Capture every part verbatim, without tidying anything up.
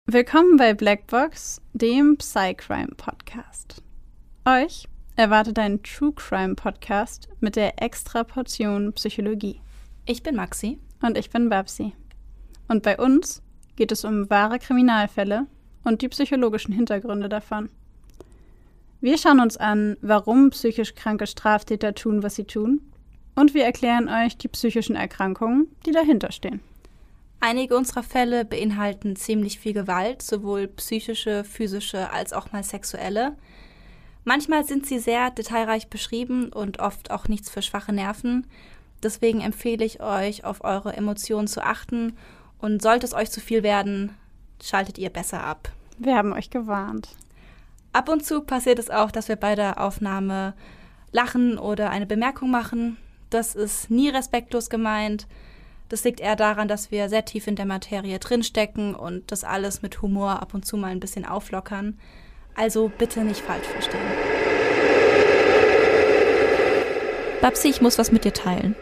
Willkommen bei Blackbox, dem Psycrime-Podcast. Euch erwartet ein True-Crime-Podcast mit der extra Portion Psychologie. Ich bin Maxi. Und ich bin Babsi. Und bei uns geht es um wahre Kriminalfälle und die psychologischen Hintergründe davon. Wir schauen uns an, warum psychisch kranke Straftäter tun, was sie tun. Und wir erklären euch die psychischen Erkrankungen, die dahinter stehen. Einige unserer Fälle beinhalten ziemlich viel Gewalt, sowohl psychische, physische als auch mal sexuelle. Manchmal sind sie sehr detailreich beschrieben und oft auch nichts für schwache Nerven. Deswegen empfehle ich euch, auf eure Emotionen zu achten. Und sollte es euch zu viel werden, schaltet ihr besser ab. Wir haben euch gewarnt. Ab und zu passiert es auch, dass wir bei der Aufnahme lachen oder eine Bemerkung machen. Das ist nie respektlos gemeint. Das liegt eher daran, dass wir sehr tief in der Materie drinstecken und das alles mit Humor ab und zu mal ein bisschen auflockern. Also bitte nicht falsch verstehen. Babsi, ich muss was mit dir teilen.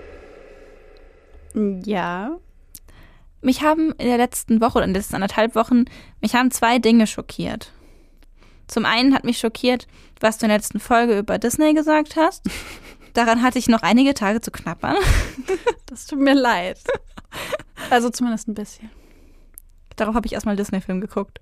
Ja. Mich haben in der letzten Woche oder in den letzten anderthalb Wochen, mich haben zwei Dinge schockiert. Zum einen hat mich schockiert, was du in der letzten Folge über Disney gesagt hast. Daran hatte ich noch einige Tage zu knabbern. Das tut mir leid. Also zumindest ein bisschen. Darauf habe ich erstmal Disney-Film geguckt.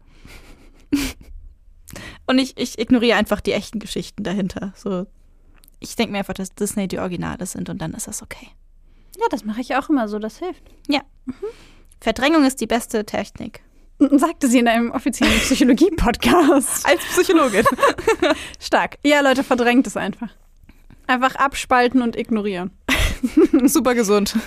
Und ich, ich ignoriere einfach die echten Geschichten dahinter. So, ich denke mir einfach, dass Disney die Originale sind und dann ist das okay. Ja, das mache ich auch immer so, das hilft. Ja. Mhm. Verdrängung ist die beste Technik. Sagte sie in einem offiziellen Psychologie-Podcast. Als Psychologin. Stark. Ja, Leute, verdrängt es einfach. Einfach abspalten und ignorieren. Super gesund.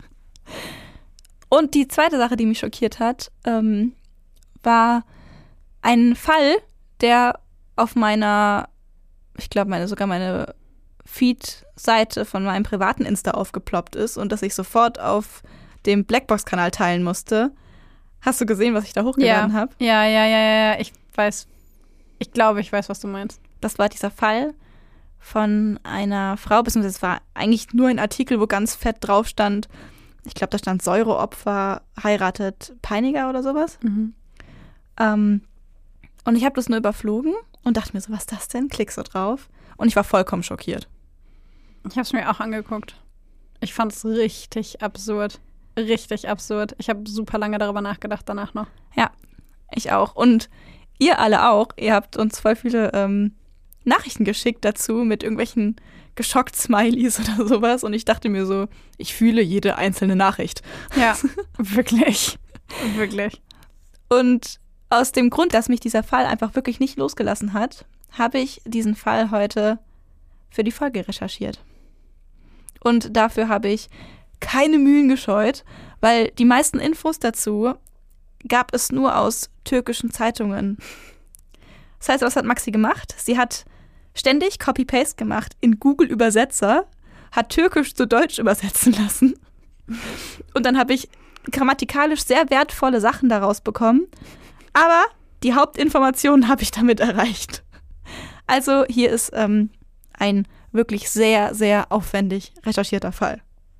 Und die zweite Sache, die mich schockiert hat, ähm, war ein Fall, der auf meiner, ich glaube, meine, sogar meine Feed-Seite von meinem privaten Insta aufgeploppt ist und dass ich sofort auf dem Blackbox-Kanal teilen musste. Hast du gesehen, was ich da hochgeladen ja. habe? Ja, ja, ja, ja, ich weiß, ich glaube, ich weiß, was du meinst. Das war dieser Fall von einer Frau, beziehungsweise es war eigentlich nur ein Artikel, wo ganz fett drauf stand, ich glaube, da stand Säureopfer, heiratet Peiniger oder sowas. Mhm. Ähm, und ich habe das nur überflogen und dachte mir so, was ist das denn? Klick so drauf. Und ich war vollkommen schockiert. Ich habe es mir auch angeguckt. Ich fand es richtig absurd. Richtig absurd. Ich habe super lange darüber nachgedacht danach noch. Ja, ich auch. Und ihr alle auch. Ihr habt uns voll viele ähm, Nachrichten geschickt dazu mit irgendwelchen geschockt Smileys oder sowas. Und ich dachte mir so, ich fühle jede einzelne Nachricht. Ja, wirklich. Wirklich. Und aus dem Grund, dass mich dieser Fall einfach wirklich nicht losgelassen hat, habe ich diesen Fall heute für die Folge recherchiert. Und dafür habe ich keine Mühen gescheut, weil die meisten Infos dazu gab es nur aus türkischen Zeitungen. Das heißt, was hat Maxi gemacht? Sie hat ständig Copy-Paste gemacht in Google-Übersetzer, hat Türkisch zu Deutsch übersetzen lassen. Und dann habe ich grammatikalisch sehr wertvolle Sachen daraus bekommen. Aber die Hauptinformationen habe ich damit erreicht. Also hier ist ähm, ein wirklich sehr, sehr aufwendig recherchierter Fall.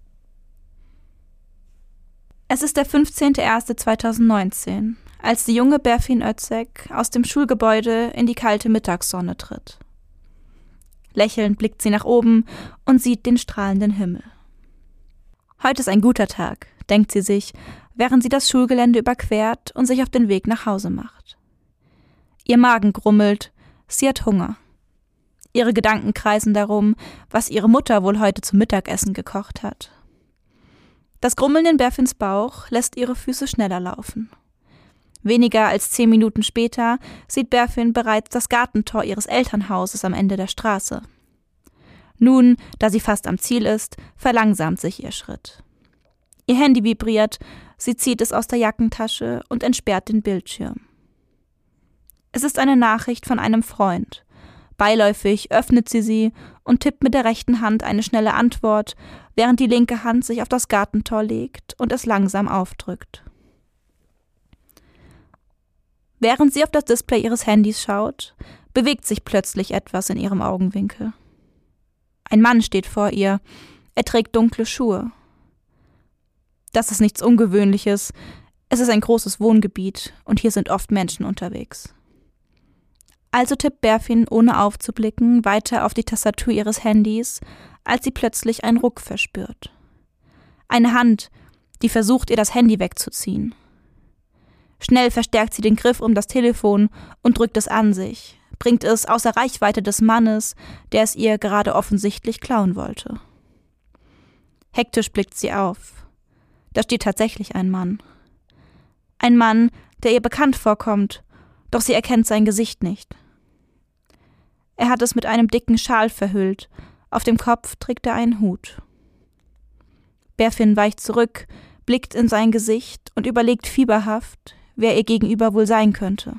Es ist der fünfzehnter erster zweitausendneunzehn, als die junge Berfin Özek aus dem Schulgebäude in die kalte Mittagssonne tritt. Lächelnd blickt sie nach oben und sieht den strahlenden Himmel. Heute ist ein guter Tag, denkt sie sich, während sie das Schulgelände überquert und sich auf den Weg nach Hause macht. Ihr Magen grummelt, sie hat Hunger. Ihre Gedanken kreisen darum, was ihre Mutter wohl heute zum Mittagessen gekocht hat. Das Grummeln in Berfins Bauch lässt ihre Füße schneller laufen. Weniger als zehn Minuten später sieht Berfin bereits das Gartentor ihres Elternhauses am Ende der Straße. Nun, da sie fast am Ziel ist, verlangsamt sich ihr Schritt. Ihr Handy vibriert, sie zieht es aus der Jackentasche und entsperrt den Bildschirm. Es ist eine Nachricht von einem Freund. Beiläufig öffnet sie sie und tippt mit der rechten Hand eine schnelle Antwort, während die linke Hand sich auf das Gartentor legt und es langsam aufdrückt. Während sie auf das Display ihres Handys schaut, bewegt sich plötzlich etwas in ihrem Augenwinkel. Ein Mann steht vor ihr. Er trägt dunkle Schuhe. Das ist nichts Ungewöhnliches. Es ist ein großes Wohngebiet und hier sind oft Menschen unterwegs. Also tippt Berfin, ohne aufzublicken, weiter auf die Tastatur ihres Handys, als sie plötzlich einen Ruck verspürt. Eine Hand, die versucht, ihr das Handy wegzuziehen. Schnell verstärkt sie den Griff um das Telefon und drückt es an sich, bringt es außer Reichweite des Mannes, der es ihr gerade offensichtlich klauen wollte. Hektisch blickt sie auf. Da steht tatsächlich ein Mann. Ein Mann, der ihr bekannt vorkommt, doch sie erkennt sein Gesicht nicht. Er hat es mit einem dicken Schal verhüllt, auf dem Kopf trägt er einen Hut. Berfin weicht zurück, blickt in sein Gesicht und überlegt fieberhaft, wer ihr gegenüber wohl sein könnte.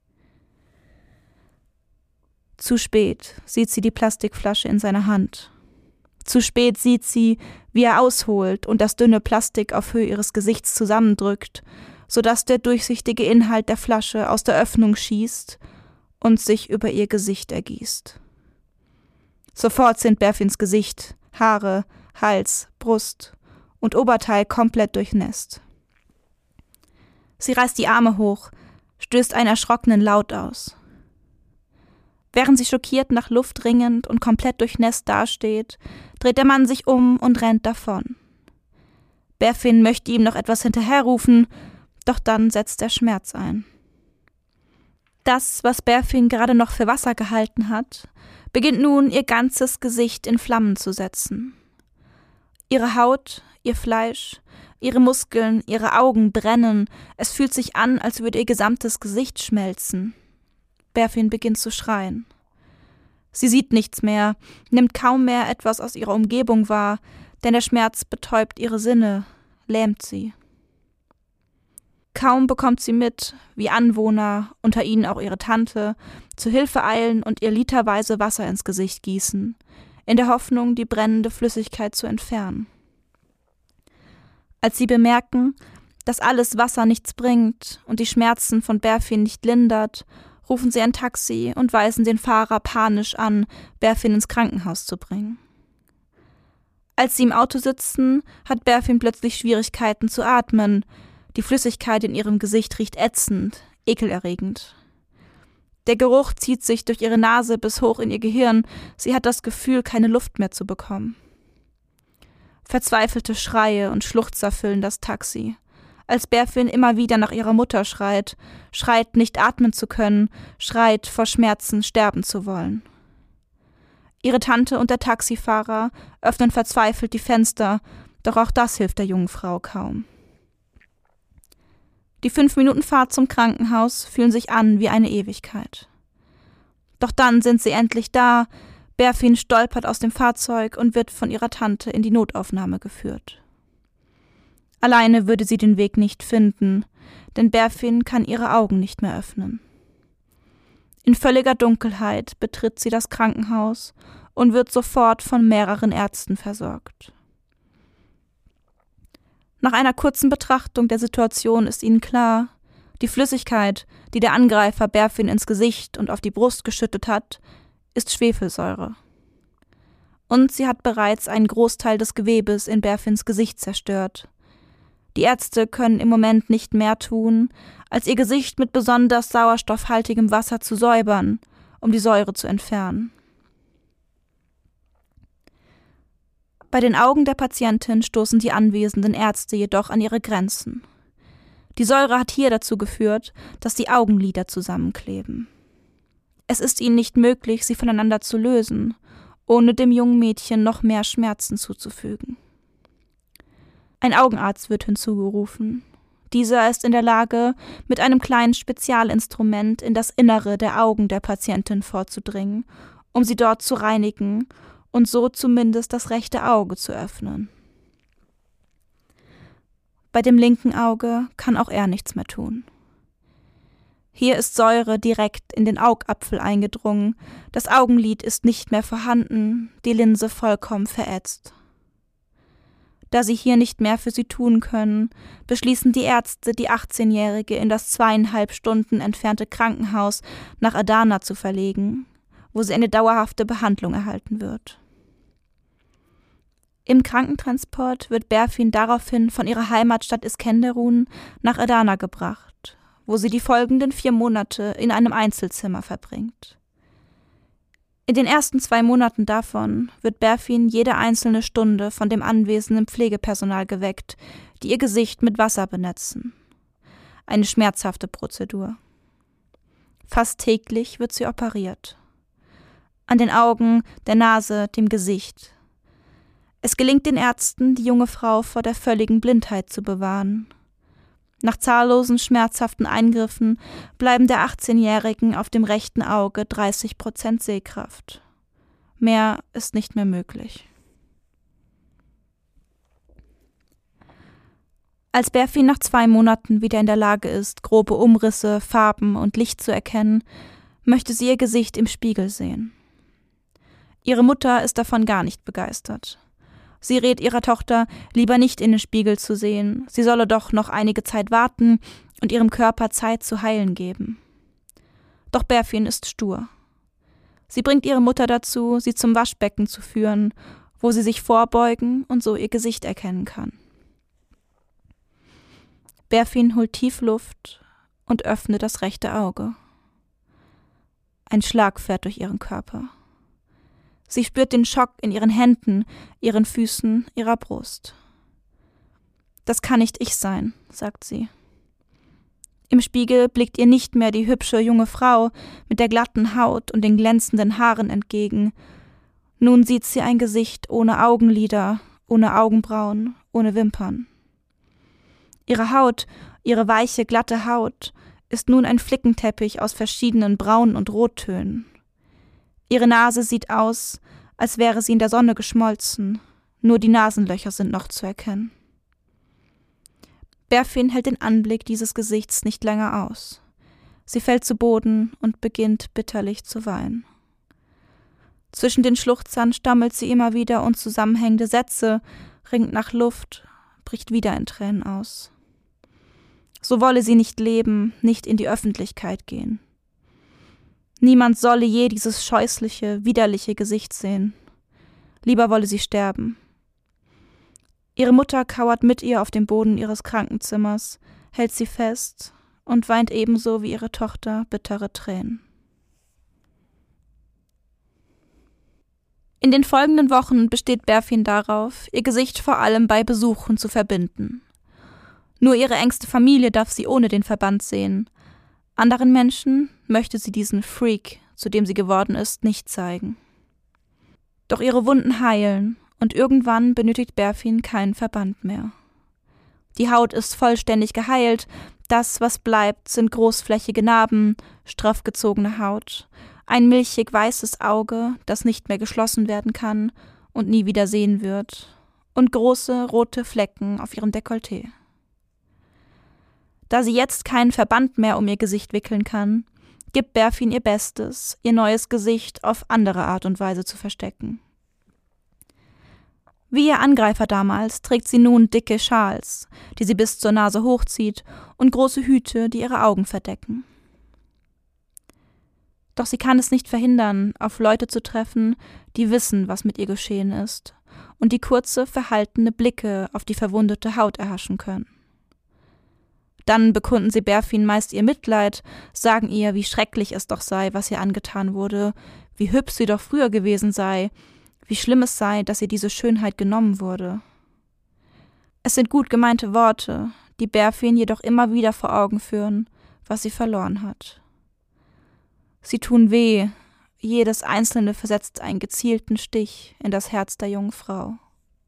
Zu spät sieht sie die Plastikflasche in seiner Hand. Zu spät sieht sie, wie er ausholt und das dünne Plastik auf Höhe ihres Gesichts zusammendrückt, sodass der durchsichtige Inhalt der Flasche aus der Öffnung schießt und sich über ihr Gesicht ergießt. Sofort sind Berfins Gesicht, Haare, Hals, Brust und Oberteil komplett durchnässt. Sie reißt die Arme hoch, stößt einen erschrockenen Laut aus. Während sie schockiert nach Luft ringend und komplett durchnässt dasteht, dreht der Mann sich um und rennt davon. Berfin möchte ihm noch etwas hinterherrufen, doch dann setzt der Schmerz ein. Das, was Berfin gerade noch für Wasser gehalten hat, beginnt nun ihr ganzes Gesicht in Flammen zu setzen. Ihre Haut, ihr Fleisch, ihre Muskeln, ihre Augen brennen, es fühlt sich an, als würde ihr gesamtes Gesicht schmelzen. Berfin beginnt zu schreien. Sie sieht nichts mehr, nimmt kaum mehr etwas aus ihrer Umgebung wahr, denn der Schmerz betäubt ihre Sinne, lähmt sie. Kaum bekommt sie mit, wie Anwohner, unter ihnen auch ihre Tante, zu Hilfe eilen und ihr literweise Wasser ins Gesicht gießen, in der Hoffnung, die brennende Flüssigkeit zu entfernen. Als sie bemerken, dass alles Wasser nichts bringt und die Schmerzen von Berfin nicht lindert, rufen sie ein Taxi und weisen den Fahrer panisch an, Berfin ins Krankenhaus zu bringen. Als sie im Auto sitzen, hat Berfin plötzlich Schwierigkeiten zu atmen. Die Flüssigkeit in ihrem Gesicht riecht ätzend, ekelerregend. Der Geruch zieht sich durch ihre Nase bis hoch in ihr Gehirn. Sie hat das Gefühl, keine Luft mehr zu bekommen. Verzweifelte Schreie und Schluchzer füllen das Taxi. Als Berfin immer wieder nach ihrer Mutter schreit, schreit, nicht atmen zu können, schreit, vor Schmerzen sterben zu wollen. Ihre Tante und der Taxifahrer öffnen verzweifelt die Fenster, doch auch das hilft der jungen Frau kaum. Die fünf Minuten Fahrt zum Krankenhaus fühlen sich an wie eine Ewigkeit. Doch dann sind sie endlich da, Berfin stolpert aus dem Fahrzeug und wird von ihrer Tante in die Notaufnahme geführt. Alleine würde sie den Weg nicht finden, denn Berfin kann ihre Augen nicht mehr öffnen. In völliger Dunkelheit betritt sie das Krankenhaus und wird sofort von mehreren Ärzten versorgt. Nach einer kurzen Betrachtung der Situation ist ihnen klar, die Flüssigkeit, die der Angreifer Berfin ins Gesicht und auf die Brust geschüttet hat, ist Schwefelsäure. Und sie hat bereits einen Großteil des Gewebes in Berfins Gesicht zerstört. Die Ärzte können im Moment nicht mehr tun, als ihr Gesicht mit besonders sauerstoffhaltigem Wasser zu säubern, um die Säure zu entfernen. Bei den Augen der Patientin stoßen die anwesenden Ärzte jedoch an ihre Grenzen. Die Säure hat hier dazu geführt, dass die Augenlider zusammenkleben. Es ist ihnen nicht möglich, sie voneinander zu lösen, ohne dem jungen Mädchen noch mehr Schmerzen zuzufügen. Ein Augenarzt wird hinzugerufen. Dieser ist in der Lage, mit einem kleinen Spezialinstrument in das Innere der Augen der Patientin vorzudringen, um sie dort zu reinigen und so zumindest das rechte Auge zu öffnen. Bei dem linken Auge kann auch er nichts mehr tun. Hier ist Säure direkt in den Augapfel eingedrungen, das Augenlid ist nicht mehr vorhanden, die Linse vollkommen verätzt. Da sie hier nicht mehr für sie tun können, beschließen die Ärzte, die achtzehnjährige in das zweieinhalb Stunden entfernte Krankenhaus nach Adana zu verlegen, wo sie eine dauerhafte Behandlung erhalten wird. Im Krankentransport wird Berfin daraufhin von ihrer Heimatstadt Iskenderun nach Adana gebracht, wo sie die folgenden vier Monate in einem Einzelzimmer verbringt. In den ersten zwei Monaten davon wird Berfin jede einzelne Stunde von dem anwesenden Pflegepersonal geweckt, die ihr Gesicht mit Wasser benetzen. Eine schmerzhafte Prozedur. Fast täglich wird sie operiert. An den Augen, der Nase, dem Gesicht. Es gelingt den Ärzten, die junge Frau vor der völligen Blindheit zu bewahren. Nach zahllosen schmerzhaften Eingriffen bleiben der achtzehnjährigen auf dem rechten Auge dreißig Prozent Sehkraft. Mehr ist nicht mehr möglich. Als Berfin nach zwei Monaten wieder in der Lage ist, grobe Umrisse, Farben und Licht zu erkennen, möchte sie ihr Gesicht im Spiegel sehen. Ihre Mutter ist davon gar nicht begeistert. Sie rät ihrer Tochter, lieber nicht in den Spiegel zu sehen, sie solle doch noch einige Zeit warten und ihrem Körper Zeit zu heilen geben. Doch Berfin ist stur. Sie bringt ihre Mutter dazu, sie zum Waschbecken zu führen, wo sie sich vorbeugen und so ihr Gesicht erkennen kann. Berfin holt tief Luft und öffnet das rechte Auge. Ein Schlag fährt durch ihren Körper. Sie spürt den Schock in ihren Händen, ihren Füßen, ihrer Brust. Das kann nicht ich sein, sagt sie. Im Spiegel blickt ihr nicht mehr die hübsche junge Frau mit der glatten Haut und den glänzenden Haaren entgegen. Nun sieht sie ein Gesicht ohne Augenlider, ohne Augenbrauen, ohne Wimpern. Ihre Haut, ihre weiche, glatte Haut, ist nun ein Flickenteppich aus verschiedenen Braun- und Rottönen. Ihre Nase sieht aus, als wäre sie in der Sonne geschmolzen, nur die Nasenlöcher sind noch zu erkennen. Berfin hält den Anblick dieses Gesichts nicht länger aus. Sie fällt zu Boden und beginnt bitterlich zu weinen. Zwischen den Schluchzern stammelt sie immer wieder unzusammenhängende Sätze, ringt nach Luft, bricht wieder in Tränen aus. So wolle sie nicht leben, nicht in die Öffentlichkeit gehen. Niemand solle je dieses scheußliche, widerliche Gesicht sehen. Lieber wolle sie sterben. Ihre Mutter kauert mit ihr auf dem Boden ihres Krankenzimmers, hält sie fest und weint ebenso wie ihre Tochter bittere Tränen. In den folgenden Wochen besteht Berfin darauf, ihr Gesicht vor allem bei Besuchen zu verbinden. Nur ihre engste Familie darf sie ohne den Verband sehen. Anderen Menschen möchte sie diesen Freak, zu dem sie geworden ist, nicht zeigen. Doch ihre Wunden heilen und irgendwann benötigt Berfin keinen Verband mehr. Die Haut ist vollständig geheilt, das, was bleibt, sind großflächige Narben, straff gezogene Haut, ein milchig weißes Auge, das nicht mehr geschlossen werden kann und nie wieder sehen wird, und große rote Flecken auf ihrem Dekolleté. Da sie jetzt keinen Verband mehr um ihr Gesicht wickeln kann, gibt Berfin ihr Bestes, ihr neues Gesicht auf andere Art und Weise zu verstecken. Wie ihr Angreifer damals trägt sie nun dicke Schals, die sie bis zur Nase hochzieht, und große Hüte, die ihre Augen verdecken. Doch sie kann es nicht verhindern, auf Leute zu treffen, die wissen, was mit ihr geschehen ist, und die kurze, verhaltene Blicke auf die verwundete Haut erhaschen können. Dann bekunden sie Berfin meist ihr Mitleid, sagen ihr, wie schrecklich es doch sei, was ihr angetan wurde, wie hübsch sie doch früher gewesen sei, wie schlimm es sei, dass ihr diese Schönheit genommen wurde. Es sind gut gemeinte Worte, die Berfin jedoch immer wieder vor Augen führen, was sie verloren hat. Sie tun weh, jedes einzelne versetzt einen gezielten Stich in das Herz der jungen Frau.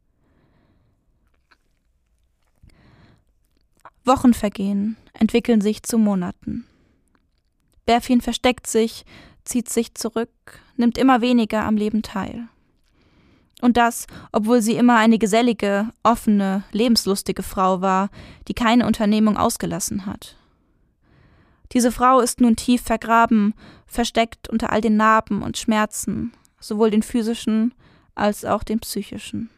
Wochen vergehen, entwickeln sich zu Monaten. Berfin versteckt sich, zieht sich zurück, nimmt immer weniger am Leben teil. Und das, obwohl sie immer eine gesellige, offene, lebenslustige Frau war, die keine Unternehmung ausgelassen hat. Diese Frau ist nun tief vergraben, versteckt unter all den Narben und Schmerzen, sowohl den physischen als auch den psychischen.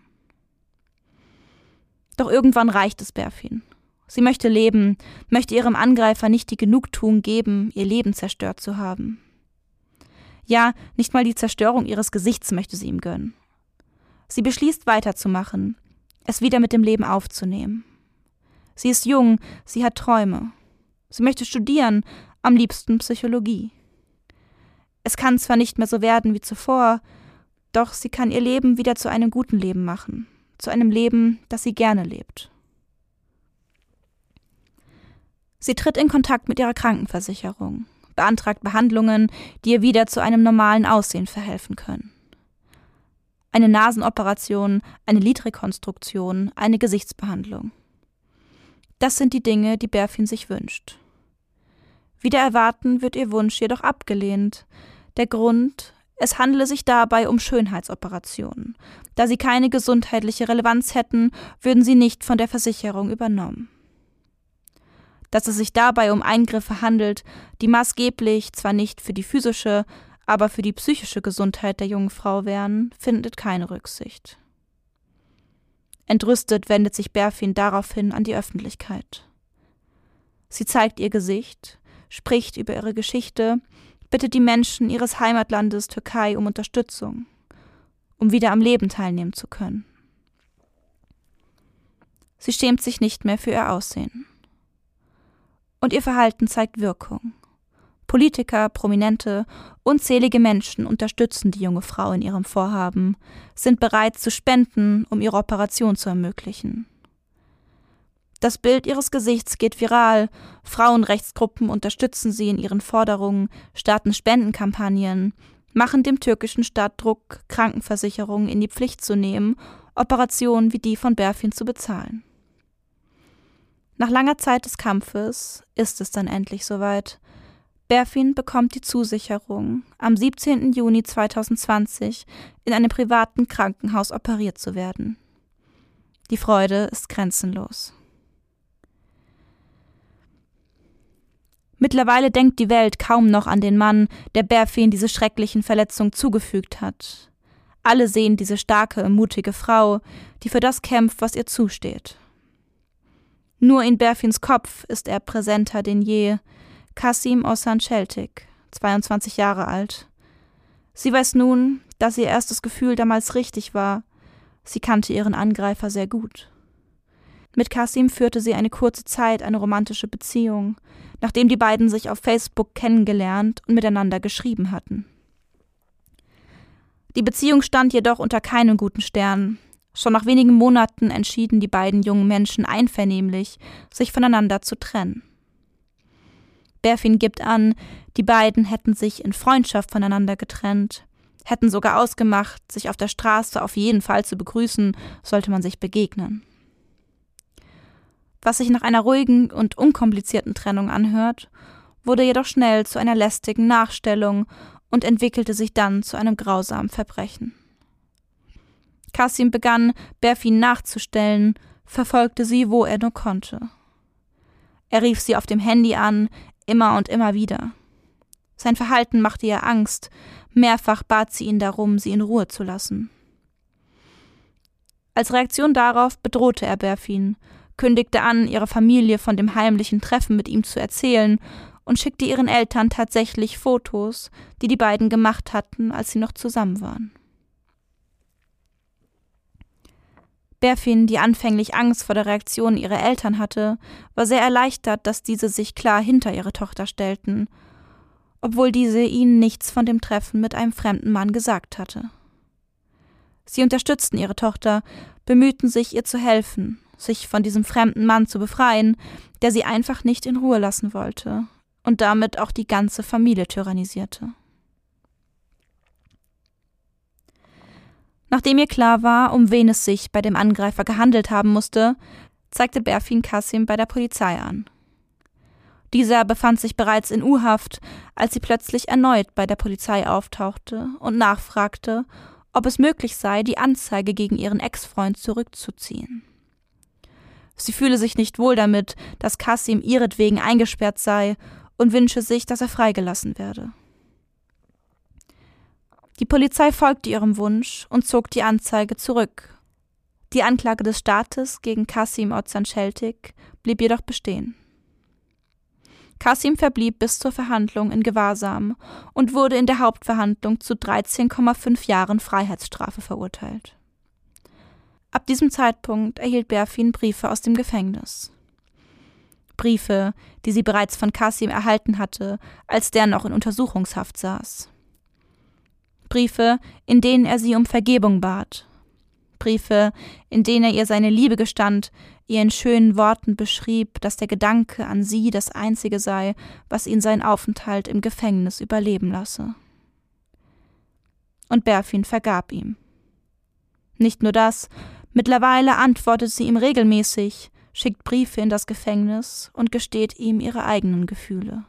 Doch irgendwann reicht es Berfin. Sie möchte leben, möchte ihrem Angreifer nicht die Genugtuung geben, ihr Leben zerstört zu haben. Ja, nicht mal die Zerstörung ihres Gesichts möchte sie ihm gönnen. Sie beschließt, weiterzumachen, es wieder mit dem Leben aufzunehmen. Sie ist jung, sie hat Träume. Sie möchte studieren, am liebsten Psychologie. Es kann zwar nicht mehr so werden wie zuvor, doch sie kann ihr Leben wieder zu einem guten Leben machen, zu einem Leben, das sie gerne lebt. Sie tritt in Kontakt mit ihrer Krankenversicherung, beantragt Behandlungen, die ihr wieder zu einem normalen Aussehen verhelfen können. Eine Nasenoperation, eine Lidrekonstruktion, eine Gesichtsbehandlung. Das sind die Dinge, die Berfin sich wünscht. Wider Erwarten wird ihr Wunsch jedoch abgelehnt. Der Grund: Es handele sich dabei um Schönheitsoperationen. Da sie keine gesundheitliche Relevanz hätten, würden sie nicht von der Versicherung übernommen. Dass es sich dabei um Eingriffe handelt, die maßgeblich zwar nicht für die physische, aber für die psychische Gesundheit der jungen Frau wären, findet keine Rücksicht. Entrüstet wendet sich Berfin daraufhin an die Öffentlichkeit. Sie zeigt ihr Gesicht, spricht über ihre Geschichte, bittet die Menschen ihres Heimatlandes Türkei um Unterstützung, um wieder am Leben teilnehmen zu können. Sie schämt sich nicht mehr für ihr Aussehen. Und ihr Verhalten zeigt Wirkung. Politiker, Prominente, unzählige Menschen unterstützen die junge Frau in ihrem Vorhaben, sind bereit zu spenden, um ihre Operation zu ermöglichen. Das Bild ihres Gesichts geht viral, Frauenrechtsgruppen unterstützen sie in ihren Forderungen, starten Spendenkampagnen, machen dem türkischen Staat Druck, Krankenversicherungen in die Pflicht zu nehmen, Operationen wie die von Berfin zu bezahlen. Nach langer Zeit des Kampfes ist es dann endlich soweit. Berfin bekommt die Zusicherung, am siebzehnten Juni zweitausendzwanzig in einem privaten Krankenhaus operiert zu werden. Die Freude ist grenzenlos. Mittlerweile denkt die Welt kaum noch an den Mann, der Berfin diese schrecklichen Verletzungen zugefügt hat. Alle sehen diese starke, mutige Frau, die für das kämpft, was ihr zusteht. Nur in Berfins Kopf ist er präsenter denn je. Kasim Ozan Çeltik, zweiundzwanzig Jahre alt. Sie weiß nun, dass ihr erstes Gefühl damals richtig war. Sie kannte ihren Angreifer sehr gut. Mit Kasim führte sie eine kurze Zeit eine romantische Beziehung, nachdem die beiden sich auf Facebook kennengelernt und miteinander geschrieben hatten. Die Beziehung stand jedoch unter keinen guten Sternen. Schon nach wenigen Monaten entschieden die beiden jungen Menschen einvernehmlich, sich voneinander zu trennen. Berfin gibt an, die beiden hätten sich in Freundschaft voneinander getrennt, hätten sogar ausgemacht, sich auf der Straße auf jeden Fall zu begrüßen, sollte man sich begegnen. Was sich nach einer ruhigen und unkomplizierten Trennung anhört, wurde jedoch schnell zu einer lästigen Nachstellung und entwickelte sich dann zu einem grausamen Verbrechen. Kasim begann, Berfin nachzustellen, verfolgte sie, wo er nur konnte. Er rief sie auf dem Handy an, immer und immer wieder. Sein Verhalten machte ihr Angst, mehrfach bat sie ihn darum, sie in Ruhe zu lassen. Als Reaktion darauf bedrohte er Berfin, kündigte an, ihrer Familie von dem heimlichen Treffen mit ihm zu erzählen und schickte ihren Eltern tatsächlich Fotos, die die beiden gemacht hatten, als sie noch zusammen waren. Berfin, die anfänglich Angst vor der Reaktion ihrer Eltern hatte, war sehr erleichtert, dass diese sich klar hinter ihre Tochter stellten, obwohl diese ihnen nichts von dem Treffen mit einem fremden Mann gesagt hatte. Sie unterstützten ihre Tochter, bemühten sich, ihr zu helfen, sich von diesem fremden Mann zu befreien, der sie einfach nicht in Ruhe lassen wollte und damit auch die ganze Familie tyrannisierte. Nachdem ihr klar war, um wen es sich bei dem Angreifer gehandelt haben musste, zeigte Berfin Kasim bei der Polizei an. Dieser befand sich bereits in U-Haft, als sie plötzlich erneut bei der Polizei auftauchte und nachfragte, ob es möglich sei, die Anzeige gegen ihren Ex-Freund zurückzuziehen. Sie fühle sich nicht wohl damit, dass Kasim ihretwegen eingesperrt sei und wünsche sich, dass er freigelassen werde. Die Polizei folgte ihrem Wunsch und zog die Anzeige zurück. Die Anklage des Staates gegen Kasim Ozan Çeltik blieb jedoch bestehen. Kasim verblieb bis zur Verhandlung in Gewahrsam und wurde in der Hauptverhandlung zu dreizehn Komma fünf Jahren Freiheitsstrafe verurteilt. Ab diesem Zeitpunkt erhielt Berfin Briefe aus dem Gefängnis. Briefe, die sie bereits von Kasim erhalten hatte, als der noch in Untersuchungshaft saß. Briefe, in denen er sie um Vergebung bat. Briefe, in denen er ihr seine Liebe gestand, ihr in schönen Worten beschrieb, dass der Gedanke an sie das Einzige sei, was ihn seinen Aufenthalt im Gefängnis überleben lasse. Und Berfin vergab ihm. Nicht nur das, mittlerweile antwortet sie ihm regelmäßig, schickt Briefe in das Gefängnis und gesteht ihm ihre eigenen Gefühle.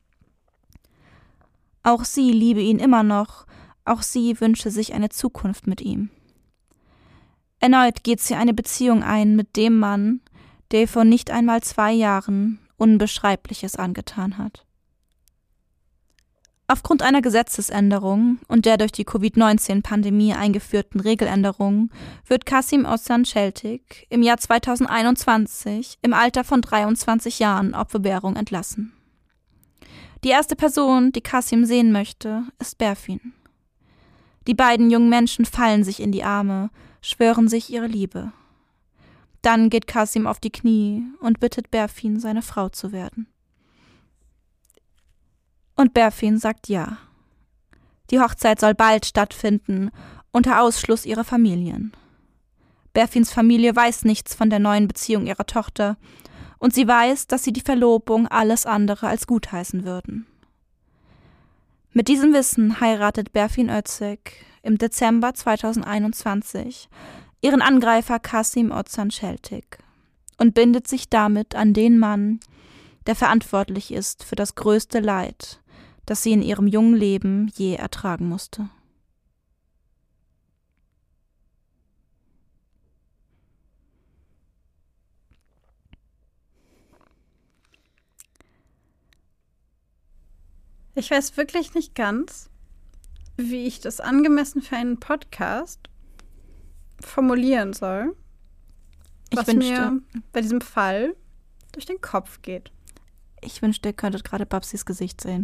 Auch sie liebe ihn immer noch, auch sie wünsche sich eine Zukunft mit ihm. Erneut geht sie eine Beziehung ein mit dem Mann, der ihr vor nicht einmal zwei Jahren Unbeschreibliches angetan hat. Aufgrund einer Gesetzesänderung und der durch die Covid neunzehn Pandemie eingeführten Regeländerung wird Kasim Ozan Celtic im Jahr zweitausendeinundzwanzig im Alter von dreiundzwanzig Jahren auf Bewährung entlassen. Die erste Person, die Kasim sehen möchte, ist Berfin. Die beiden jungen Menschen fallen sich in die Arme, schwören sich ihre Liebe. Dann geht Kasim auf die Knie und bittet Berfin, seine Frau zu werden. Und Berfin sagt ja. Die Hochzeit soll bald stattfinden, unter Ausschluss ihrer Familien. Berfins Familie weiß nichts von der neuen Beziehung ihrer Tochter und sie weiß, dass sie die Verlobung alles andere als gutheißen würden. Mit diesem Wissen heiratet Berfin Özek im Dezember zweitausendeinundzwanzig ihren Angreifer Kasim Ozan Celtic und bindet sich damit an den Mann, der verantwortlich ist für das größte Leid, das sie in ihrem jungen Leben je ertragen musste. Ich weiß wirklich nicht ganz, wie ich das angemessen für einen Podcast formulieren soll, was ich wünschte, mir bei diesem Fall durch den Kopf geht. Ich wünschte, ihr könntet gerade Babsis Gesicht sehen.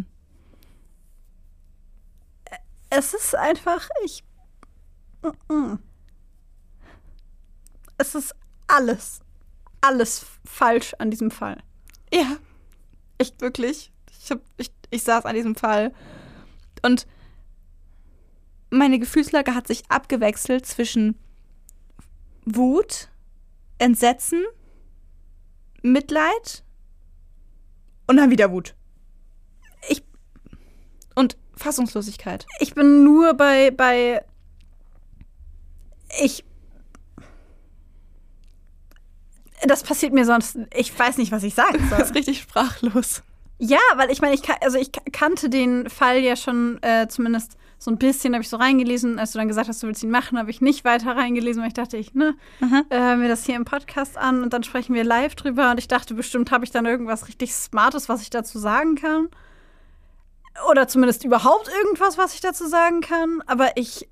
Es ist einfach, ich. Es ist alles, alles falsch an diesem Fall. Ja, ich wirklich. Ich, hab, ich, ich saß an diesem Fall und meine Gefühlslage hat sich abgewechselt zwischen Wut, Entsetzen, Mitleid und dann wieder Wut. Ich und Fassungslosigkeit. Ich bin nur bei, bei ich das passiert mir sonst, ich weiß nicht, was ich sagen soll. Du bist richtig sprachlos. Ja, weil ich meine, ich, also ich kannte den Fall ja schon äh, zumindest so ein bisschen, habe ich so reingelesen. Als du dann gesagt hast, du willst ihn machen, habe ich nicht weiter reingelesen, weil ich dachte, ich ne, äh, hören wir das hier im Podcast an und dann sprechen wir live drüber. Und ich dachte, bestimmt habe ich dann irgendwas richtig Smartes, was ich dazu sagen kann. Oder zumindest überhaupt irgendwas, was ich dazu sagen kann. Aber ich,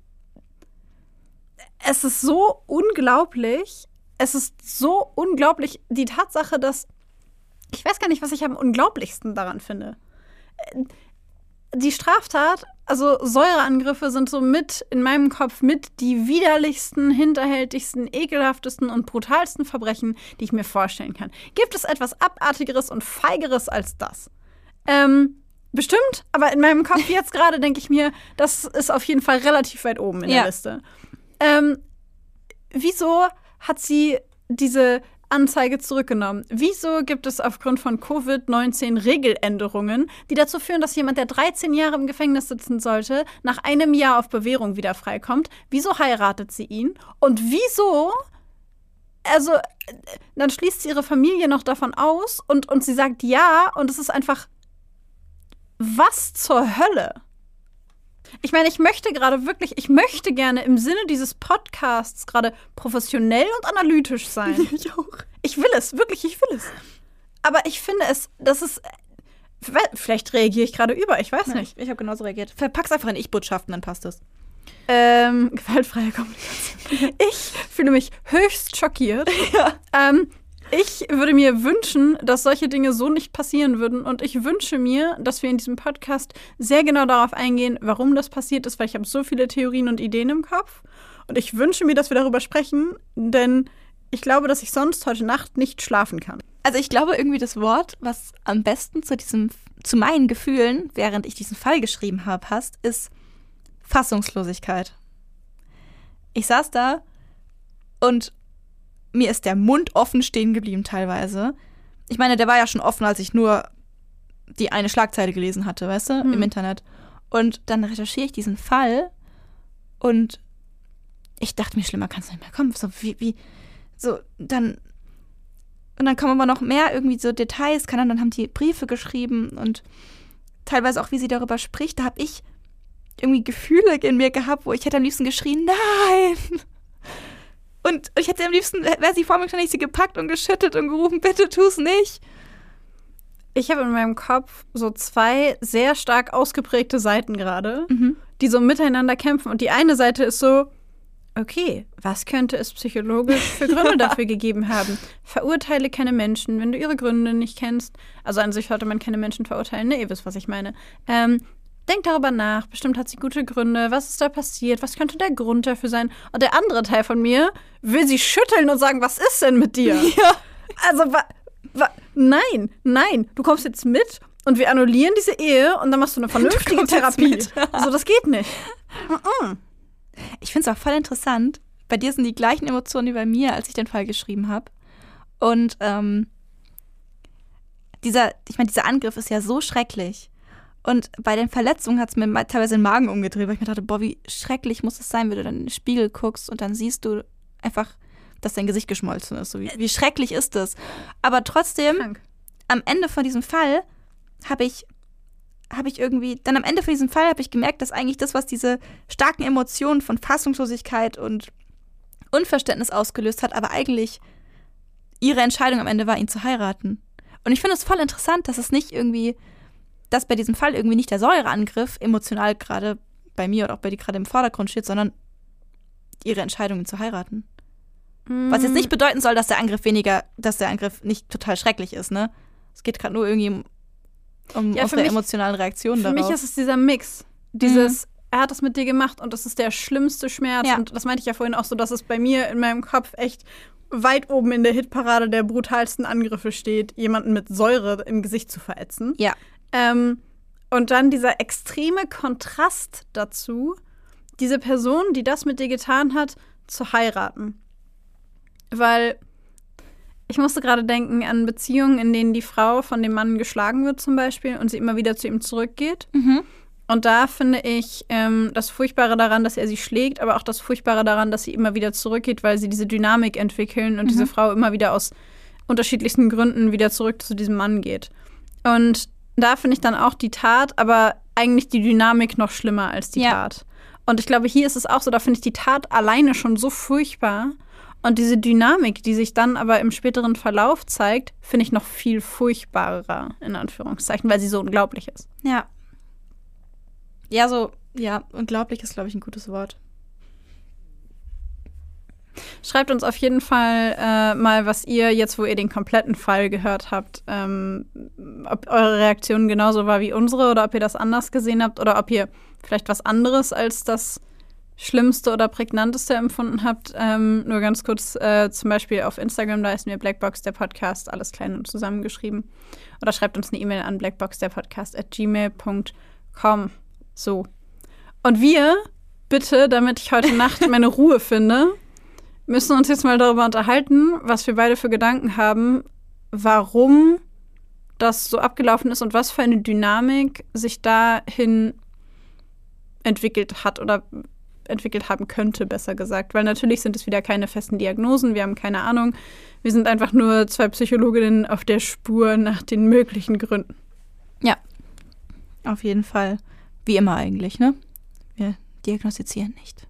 es ist so unglaublich, es ist so unglaublich, die Tatsache, dass ich weiß gar nicht, was ich am unglaublichsten daran finde. Die Straftat, also Säureangriffe sind so mit, in meinem Kopf, mit die widerlichsten, hinterhältigsten, ekelhaftesten und brutalsten Verbrechen, die ich mir vorstellen kann. Gibt es etwas Abartigeres und Feigeres als das? Ähm, bestimmt, aber in meinem Kopf jetzt gerade denke ich mir, das ist auf jeden Fall relativ weit oben in ja. der Liste. Ähm, wieso hat sie diese Anzeige zurückgenommen? Wieso gibt es aufgrund von Covid neunzehn Regeländerungen, die dazu führen, dass jemand, der dreizehn Jahre im Gefängnis sitzen sollte, nach einem Jahr auf Bewährung wieder freikommt? Wieso heiratet sie ihn? Und wieso, also, dann schließt sie ihre Familie noch davon aus und, und sie sagt ja und es ist einfach, was zur Hölle? Ich meine, ich möchte gerade wirklich, ich möchte gerne im Sinne dieses Podcasts gerade professionell und analytisch sein. Ich auch. Ich will es, wirklich, ich will es. Aber ich finde es, das ist, vielleicht reagiere ich gerade über, ich weiß Nein, nicht. Ich, ich habe genauso reagiert. Verpack's einfach in Ich-Botschaften, dann passt es. Ähm, gewaltfreie Kommunikation. Ich fühle mich höchst schockiert. Ja. Ähm, Ich würde mir wünschen, dass solche Dinge so nicht passieren würden. Und ich wünsche mir, dass wir in diesem Podcast sehr genau darauf eingehen, warum das passiert ist, weil ich habe so viele Theorien und Ideen im Kopf. Und ich wünsche mir, dass wir darüber sprechen, denn ich glaube, dass ich sonst heute Nacht nicht schlafen kann. Also ich glaube irgendwie das Wort, was am besten zu diesem, zu meinen Gefühlen, während ich diesen Fall geschrieben habe, passt, ist Fassungslosigkeit. Ich saß da und mir ist der Mund offen stehen geblieben teilweise. Ich meine, der war ja schon offen, als ich nur die eine Schlagzeile gelesen hatte, weißt du, hm. im Internet. Und dann recherchiere ich diesen Fall und ich dachte mir, schlimmer kann es nicht mehr kommen. So, wie, wie, so, dann, und dann kommen aber noch mehr irgendwie so Details, kann dann, dann haben die Briefe geschrieben und teilweise auch, wie sie darüber spricht, da habe ich irgendwie Gefühle in mir gehabt, wo ich hätte am liebsten geschrien, nein! Und ich hätte am liebsten, wäre sie vor mir gestanden, hätte ich sie gepackt und geschüttelt und gerufen, bitte tu's nicht. Ich habe in meinem Kopf so zwei sehr stark ausgeprägte Seiten gerade, mhm. die so miteinander kämpfen. Und die eine Seite ist so, okay, was könnte es psychologisch für Gründe dafür gegeben haben? Verurteile keine Menschen, wenn du ihre Gründe nicht kennst. Also an sich sollte man keine Menschen verurteilen, ne? Ihr wisst, was ich meine. Ähm, denk darüber nach, bestimmt hat sie gute Gründe. Was ist da passiert? Was könnte der Grund dafür sein? Und der andere Teil von mir will sie schütteln und sagen, was ist denn mit dir? Ja. Also, wa, wa, nein, nein, du kommst jetzt mit und wir annullieren diese Ehe und dann machst du eine vernünftige du Therapie. Also, das geht nicht. Mm-mm. Ich finde es auch voll interessant. Bei dir sind die gleichen Emotionen wie bei mir, als ich den Fall geschrieben habe. Und ähm, dieser, ich meine, dieser Angriff ist ja so schrecklich. Und bei den Verletzungen hat es mir teilweise den Magen umgedreht, weil ich mir dachte, boah, wie schrecklich muss es sein, wenn du dann in den Spiegel guckst und dann siehst du einfach, dass dein Gesicht geschmolzen ist. So wie, wie schrecklich ist das? Aber trotzdem, Krank. Am Ende von diesem Fall habe ich habe ich irgendwie, dann am Ende von diesem Fall habe ich gemerkt, dass eigentlich das, was diese starken Emotionen von Fassungslosigkeit und Unverständnis ausgelöst hat, aber eigentlich ihre Entscheidung am Ende war, ihn zu heiraten. Und ich finde es voll interessant, dass es nicht irgendwie, dass bei diesem Fall irgendwie nicht der Säureangriff emotional gerade bei mir oder auch bei dir gerade im Vordergrund steht, sondern ihre Entscheidung, ihn zu heiraten. Mm. Was jetzt nicht bedeuten soll, dass der Angriff weniger, dass der Angriff nicht total schrecklich ist, ne? Es geht gerade nur irgendwie um Um ja, unsere mich, emotionalen Reaktionen für darauf. Für mich ist es dieser Mix. Dieses, mhm. er hat das mit dir gemacht und das ist der schlimmste Schmerz. Ja. Und das meinte ich ja vorhin auch so, dass es bei mir in meinem Kopf echt weit oben in der Hitparade der brutalsten Angriffe steht, jemanden mit Säure im Gesicht zu verätzen. Ja. Ähm, und dann dieser extreme Kontrast dazu, diese Person, die das mit dir getan hat, zu heiraten. Weil ich musste gerade denken an Beziehungen, in denen die Frau von dem Mann geschlagen wird zum Beispiel und sie immer wieder zu ihm zurückgeht. Mhm. Und da finde ich ähm, das Furchtbare daran, dass er sie schlägt, aber auch das Furchtbare daran, dass sie immer wieder zurückgeht, weil sie diese Dynamik entwickeln und mhm. diese Frau immer wieder aus unterschiedlichsten Gründen wieder zurück zu diesem Mann geht. Und da finde ich dann auch die Tat, aber eigentlich die Dynamik noch schlimmer als die ja. Tat. Und ich glaube, hier ist es auch so, da finde ich die Tat alleine schon so furchtbar. Und diese Dynamik, die sich dann aber im späteren Verlauf zeigt, finde ich noch viel furchtbarer, in Anführungszeichen, weil sie so unglaublich ist. Ja. Ja, so, ja, unglaublich ist, glaube ich, ein gutes Wort. Schreibt uns auf jeden Fall äh, mal, was ihr jetzt, wo ihr den kompletten Fall gehört habt, ähm, ob eure Reaktion genauso war wie unsere oder ob ihr das anders gesehen habt oder ob ihr vielleicht was anderes als das Schlimmste oder Prägnanteste empfunden habt. Ähm, nur ganz kurz, äh, zum Beispiel auf Instagram, da ist mir Blackbox, der Podcast, alles klein und zusammengeschrieben. Oder schreibt uns eine E-Mail an blackboxderpodcast at gmail punkt com. So. Und wir, bitte, damit ich heute Nacht meine Ruhe finde, müssen uns jetzt mal darüber unterhalten, was wir beide für Gedanken haben, warum das so abgelaufen ist und was für eine Dynamik sich dahin entwickelt hat oder entwickelt haben könnte, besser gesagt. Weil natürlich sind es wieder keine festen Diagnosen, wir haben keine Ahnung. Wir sind einfach nur zwei Psychologinnen auf der Spur nach den möglichen Gründen. Ja, auf jeden Fall. Wie immer eigentlich, ne? Wir diagnostizieren nicht.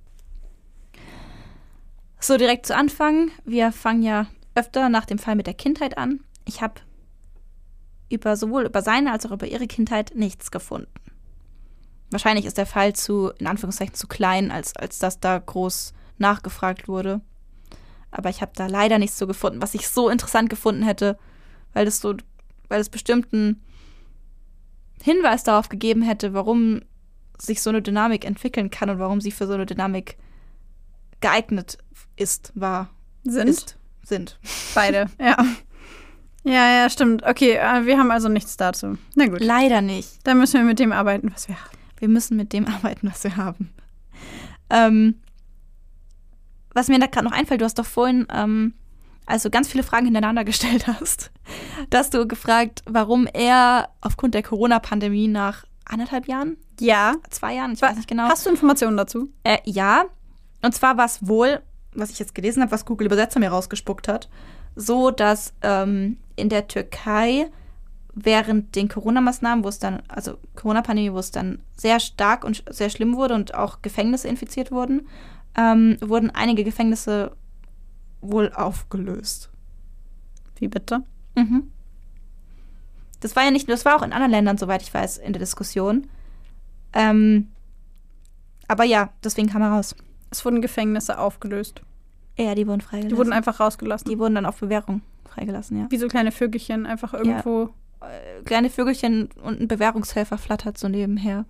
So, direkt zu Anfang. Wir fangen ja öfter nach dem Fall mit der Kindheit an. Ich habe über sowohl über seine als auch über ihre Kindheit nichts gefunden. Wahrscheinlich ist der Fall zu, in Anführungszeichen, zu klein, als, als dass da groß nachgefragt wurde. Aber ich habe da leider nichts so gefunden, was ich so interessant gefunden hätte, weil es so, weil es bestimmten Hinweis darauf gegeben hätte, warum sich so eine Dynamik entwickeln kann und warum sie für so eine Dynamik geeignet ist, war, Sind? ist, sind. Beide, ja. Ja, ja, stimmt. Okay, äh, wir haben also nichts dazu. Na gut. Leider nicht. Dann müssen wir mit dem arbeiten, was wir haben. Wir müssen mit dem arbeiten, was wir haben. Ähm, was mir da gerade noch einfällt, du hast doch vorhin, ähm, als du ganz viele Fragen hintereinander gestellt hast, da hast du gefragt, warum er aufgrund der Corona-Pandemie nach anderthalb Jahren? Ja. Zwei Jahren? Ich weiß nicht genau. Hast du Informationen dazu? Äh, ja. Und zwar war es wohl, was ich jetzt gelesen habe, was Google Übersetzer mir rausgespuckt hat, so, dass ähm, in der Türkei während den Corona-Maßnahmen, wo es dann, also Corona-Pandemie, wo es dann sehr stark und sehr schlimm wurde und auch Gefängnisse infiziert wurden, ähm, wurden einige Gefängnisse wohl aufgelöst. Wie bitte? Mhm. Das war ja nicht nur, das war auch in anderen Ländern, soweit ich weiß, in der Diskussion. Ähm, aber ja, deswegen kam er raus. Es wurden Gefängnisse aufgelöst. Ja, die wurden freigelassen. Die wurden einfach rausgelassen. Die wurden dann auf Bewährung freigelassen, ja. Wie so kleine Vögelchen, einfach irgendwo. Ja. Äh, kleine Vögelchen und ein Bewährungshelfer flattert so nebenher.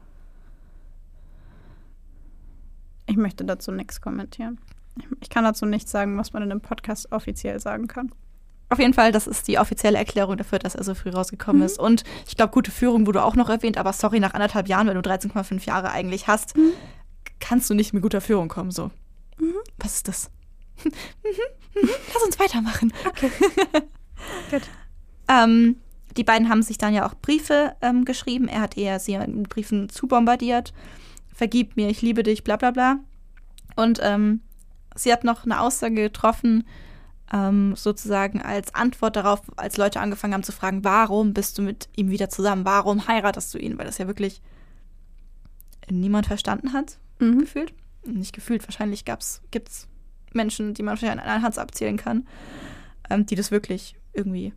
Ich möchte dazu nichts kommentieren. Ich, ich kann dazu nichts sagen, was man in einem Podcast offiziell sagen kann. Auf jeden Fall, das ist die offizielle Erklärung dafür, dass er so früh rausgekommen mhm. ist. Und ich glaube, gute Führung wurde auch noch erwähnt, aber sorry, nach anderthalb Jahren, wenn du dreizehn Komma fünf Jahre eigentlich hast, mhm. kannst du nicht mit guter Führung kommen, so. Mhm. Was ist das? Lass uns weitermachen. Okay. Gut. Ähm, die beiden haben sich dann ja auch Briefe ähm, geschrieben. Er hat eher sie mit Briefen zubombardiert. Vergib mir, ich liebe dich, bla bla bla. Und ähm, sie hat noch eine Aussage getroffen, ähm, sozusagen als Antwort darauf, als Leute angefangen haben zu fragen, warum bist du mit ihm wieder zusammen? Warum heiratest du ihn? Weil das ja wirklich niemand verstanden hat, mhm. gefühlt. Nicht gefühlt, wahrscheinlich gibt's Menschen, die man wahrscheinlich an einer Hand abzählen kann, ähm, die das wirklich irgendwie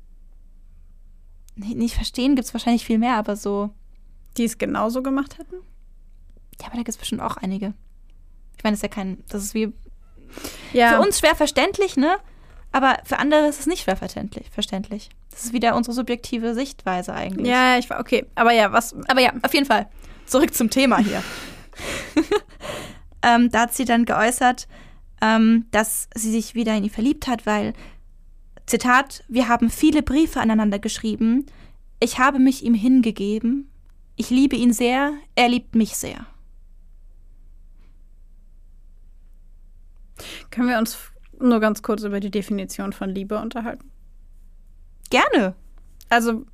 nicht verstehen, gibt es wahrscheinlich viel mehr, aber so. Die es genauso gemacht hätten? Ja, aber da gibt es bestimmt auch einige. Ich meine, das ist ja kein, das ist wie ja. für uns schwer verständlich, ne? Aber für andere ist es nicht schwer verständlich. verständlich. Das ist wieder unsere subjektive Sichtweise eigentlich. Ja, ich war okay. Aber ja, was? Aber ja, auf jeden Fall. Zurück zum Thema hier. ähm, da hat sie dann geäußert, ähm, dass sie sich wieder in ihn verliebt hat, weil, Zitat, wir haben viele Briefe aneinander geschrieben. Ich habe mich ihm hingegeben. Ich liebe ihn sehr. Er liebt mich sehr. Können wir uns nur ganz kurz über die Definition von Liebe unterhalten? Gerne. Also,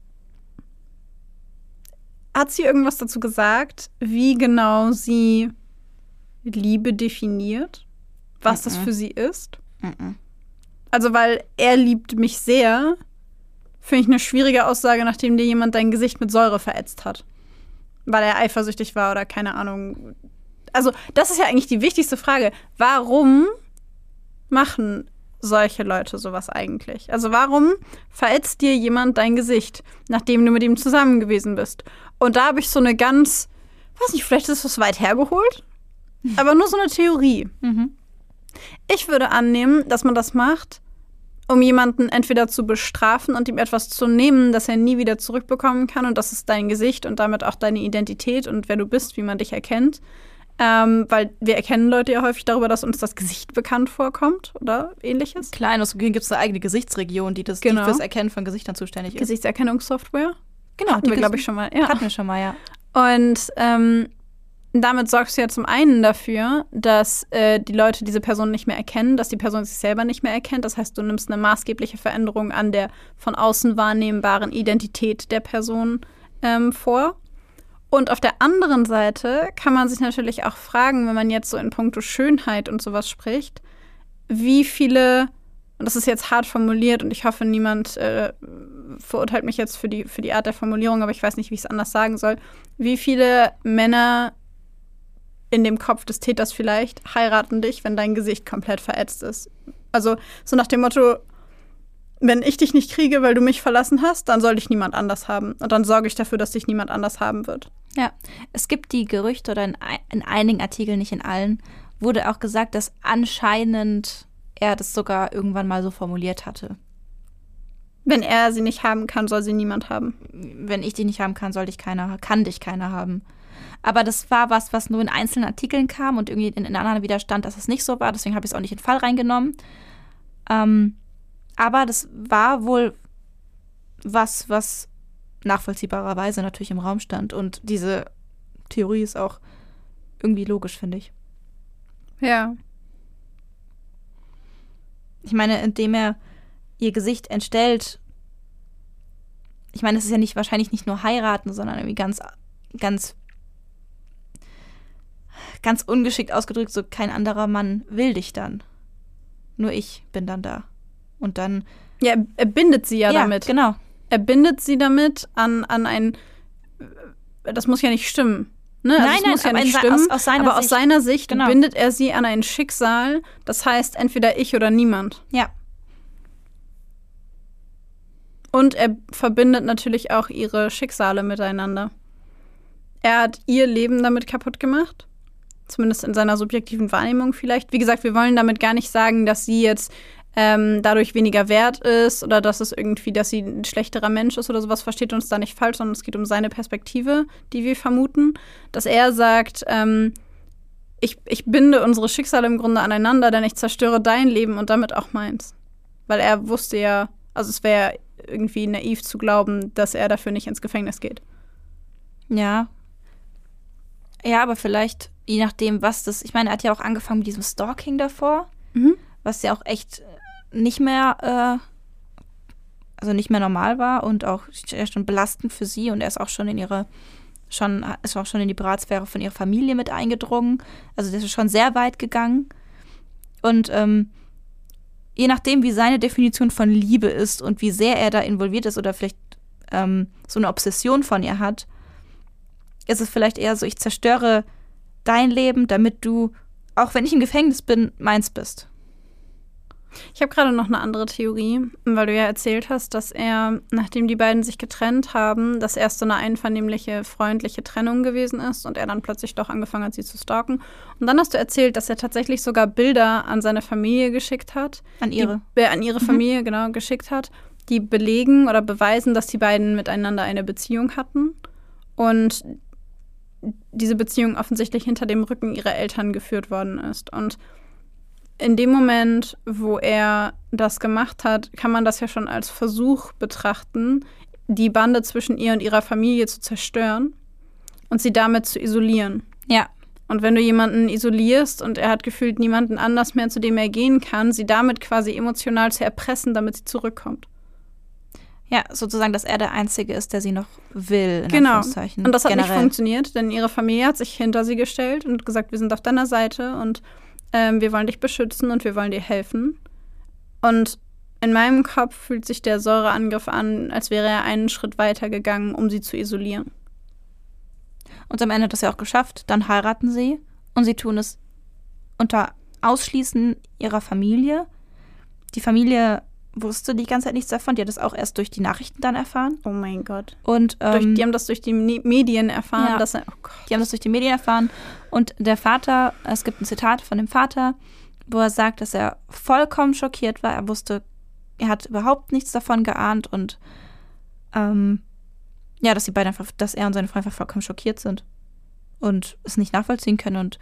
hat sie irgendwas dazu gesagt, wie genau sie Liebe definiert? Was mm-mm. das für sie ist? Mm-mm. Also, weil er liebt mich sehr, finde ich eine schwierige Aussage, nachdem dir jemand dein Gesicht mit Säure verätzt hat. Weil er eifersüchtig war oder keine Ahnung. Also, das ist ja eigentlich die wichtigste Frage. Warum machen solche Leute sowas eigentlich? Also, warum verätzt dir jemand dein Gesicht, nachdem du mit ihm zusammen gewesen bist? Und da habe ich so eine ganz, weiß nicht, vielleicht ist das weit hergeholt, aber nur so eine Theorie. Mhm. Ich würde annehmen, dass man das macht, um jemanden entweder zu bestrafen und ihm etwas zu nehmen, das er nie wieder zurückbekommen kann. Und das ist dein Gesicht und damit auch deine Identität und wer du bist, wie man dich erkennt. Ähm, weil wir erkennen Leute ja häufig darüber, dass uns das Gesicht bekannt vorkommt oder ähnliches. Klar, in Östrogen gibt es eine eigene Gesichtsregion, die das genau. die fürs Erkennen von Gesichtern zuständig ist. Gesichtserkennungssoftware. Genau, hatten wir, glaube ich, schon mal. Ja. Hatten wir schon mal, ja. Und ähm, damit sorgst du ja zum einen dafür, dass äh, die Leute diese Person nicht mehr erkennen, dass die Person sich selber nicht mehr erkennt. Das heißt, du nimmst eine maßgebliche Veränderung an der von außen wahrnehmbaren Identität der Person ähm, vor. Und auf der anderen Seite kann man sich natürlich auch fragen, wenn man jetzt so in puncto Schönheit und sowas spricht, wie viele, und das ist jetzt hart formuliert und ich hoffe, niemand äh, verurteilt mich jetzt für die, für die Art der Formulierung, aber ich weiß nicht, wie ich es anders sagen soll, wie viele Männer in dem Kopf des Täters vielleicht heiraten dich, wenn dein Gesicht komplett verätzt ist. Also so nach dem Motto, wenn ich dich nicht kriege, weil du mich verlassen hast, dann soll dich niemand anders haben. Und dann sorge ich dafür, dass dich niemand anders haben wird. Ja, es gibt die Gerüchte, oder in, in einigen Artikeln, nicht in allen, wurde auch gesagt, dass anscheinend er das sogar irgendwann mal so formuliert hatte. Wenn er sie nicht haben kann, soll sie niemand haben. Wenn ich dich nicht haben kann, soll dich keiner, kann dich keiner haben. Aber das war was, was nur in einzelnen Artikeln kam und irgendwie in, in anderen wieder stand, dass es nicht so war. Deswegen habe ich es auch nicht in den Fall reingenommen. Ähm, aber das war wohl was, was nachvollziehbarerweise natürlich im Raum stand. Und diese Theorie ist auch irgendwie logisch, finde ich. Ja. Ich meine, indem er ihr Gesicht entstellt, ich meine, es ist ja nicht wahrscheinlich nicht nur heiraten, sondern irgendwie ganz, ganz, ganz ungeschickt ausgedrückt, so kein anderer Mann will dich dann. Nur ich bin dann da. Und dann. Ja, er bindet sie ja, ja damit. Genau. Er bindet sie damit an, an ein. Das muss ja nicht stimmen. Ne? Also nein, es nein, muss ja aber nicht aus, stimmen, aus seiner aber Sicht, aus seiner Sicht genau. bindet er sie an ein Schicksal, das heißt entweder ich oder niemand. Ja. Und er verbindet natürlich auch ihre Schicksale miteinander. Er hat ihr Leben damit kaputt gemacht, zumindest in seiner subjektiven Wahrnehmung vielleicht. Wie gesagt, wir wollen damit gar nicht sagen, dass sie jetzt ähm, dadurch weniger wert ist oder dass es irgendwie, dass sie ein schlechterer Mensch ist oder sowas, versteht uns da nicht falsch, sondern es geht um seine Perspektive, die wir vermuten, dass er sagt, ähm, ich, ich binde unsere Schicksale im Grunde aneinander, denn ich zerstöre dein Leben und damit auch meins. Weil er wusste ja, also es wäre irgendwie naiv zu glauben, dass er dafür nicht ins Gefängnis geht. Ja. Ja, aber vielleicht, je nachdem, was das, ich meine, er hat ja auch angefangen mit diesem Stalking davor, Mhm. was ja auch echt nicht mehr, äh, also nicht mehr normal war und auch schon belastend für sie und er ist auch schon in ihre, schon, ist auch schon in die Privatsphäre von ihrer Familie mit eingedrungen. Also das ist schon sehr weit gegangen. Und ähm, je nachdem, wie seine Definition von Liebe ist und wie sehr er da involviert ist oder vielleicht ähm, so eine Obsession von ihr hat, ist es vielleicht eher so, ich zerstöre dein Leben, damit du, auch wenn ich im Gefängnis bin, meins bist. Ich habe gerade noch eine andere Theorie, weil du ja erzählt hast, dass er, nachdem die beiden sich getrennt haben, dass erst so eine einvernehmliche, freundliche Trennung gewesen ist und er dann plötzlich doch angefangen hat, sie zu stalken. Und dann hast du erzählt, dass er tatsächlich sogar Bilder an seine Familie geschickt hat. An ihre. Die, äh, an ihre Familie, mhm. genau, geschickt hat, die belegen oder beweisen, dass die beiden miteinander eine Beziehung hatten und diese Beziehung offensichtlich hinter dem Rücken ihrer Eltern geführt worden ist. Und in dem Moment, wo er das gemacht hat, kann man das ja schon als Versuch betrachten, die Bande zwischen ihr und ihrer Familie zu zerstören und sie damit zu isolieren. Ja. Und wenn du jemanden isolierst und er hat gefühlt niemanden anders mehr, zu dem er gehen kann, sie damit quasi emotional zu erpressen, damit sie zurückkommt. Ja, sozusagen, dass er der Einzige ist, der sie noch will, in genau. Anführungszeichen. Und das hat generell nicht funktioniert, denn ihre Familie hat sich hinter sie gestellt und gesagt, wir sind auf deiner Seite und ähm, wir wollen dich beschützen und wir wollen dir helfen. Und in meinem Kopf fühlt sich der Säureangriff an, als wäre er einen Schritt weiter gegangen, um sie zu isolieren. Und am Ende hat das ja auch geschafft. Dann heiraten sie und sie tun es unter Ausschließen ihrer Familie. Die Familie wusste die ganze Zeit nichts davon. Die hat es auch erst durch die Nachrichten dann erfahren. Oh mein Gott. Und ähm, durch, die haben das durch die Medien erfahren. Ja, dass er, oh Gott. Die haben das durch die Medien erfahren. Und der Vater, es gibt ein Zitat von dem Vater, wo er sagt, dass er vollkommen schockiert war. Er wusste, er hat überhaupt nichts davon geahnt und ähm, ja, dass die beiden einfach, dass er und seine Frau einfach vollkommen schockiert sind und es nicht nachvollziehen können und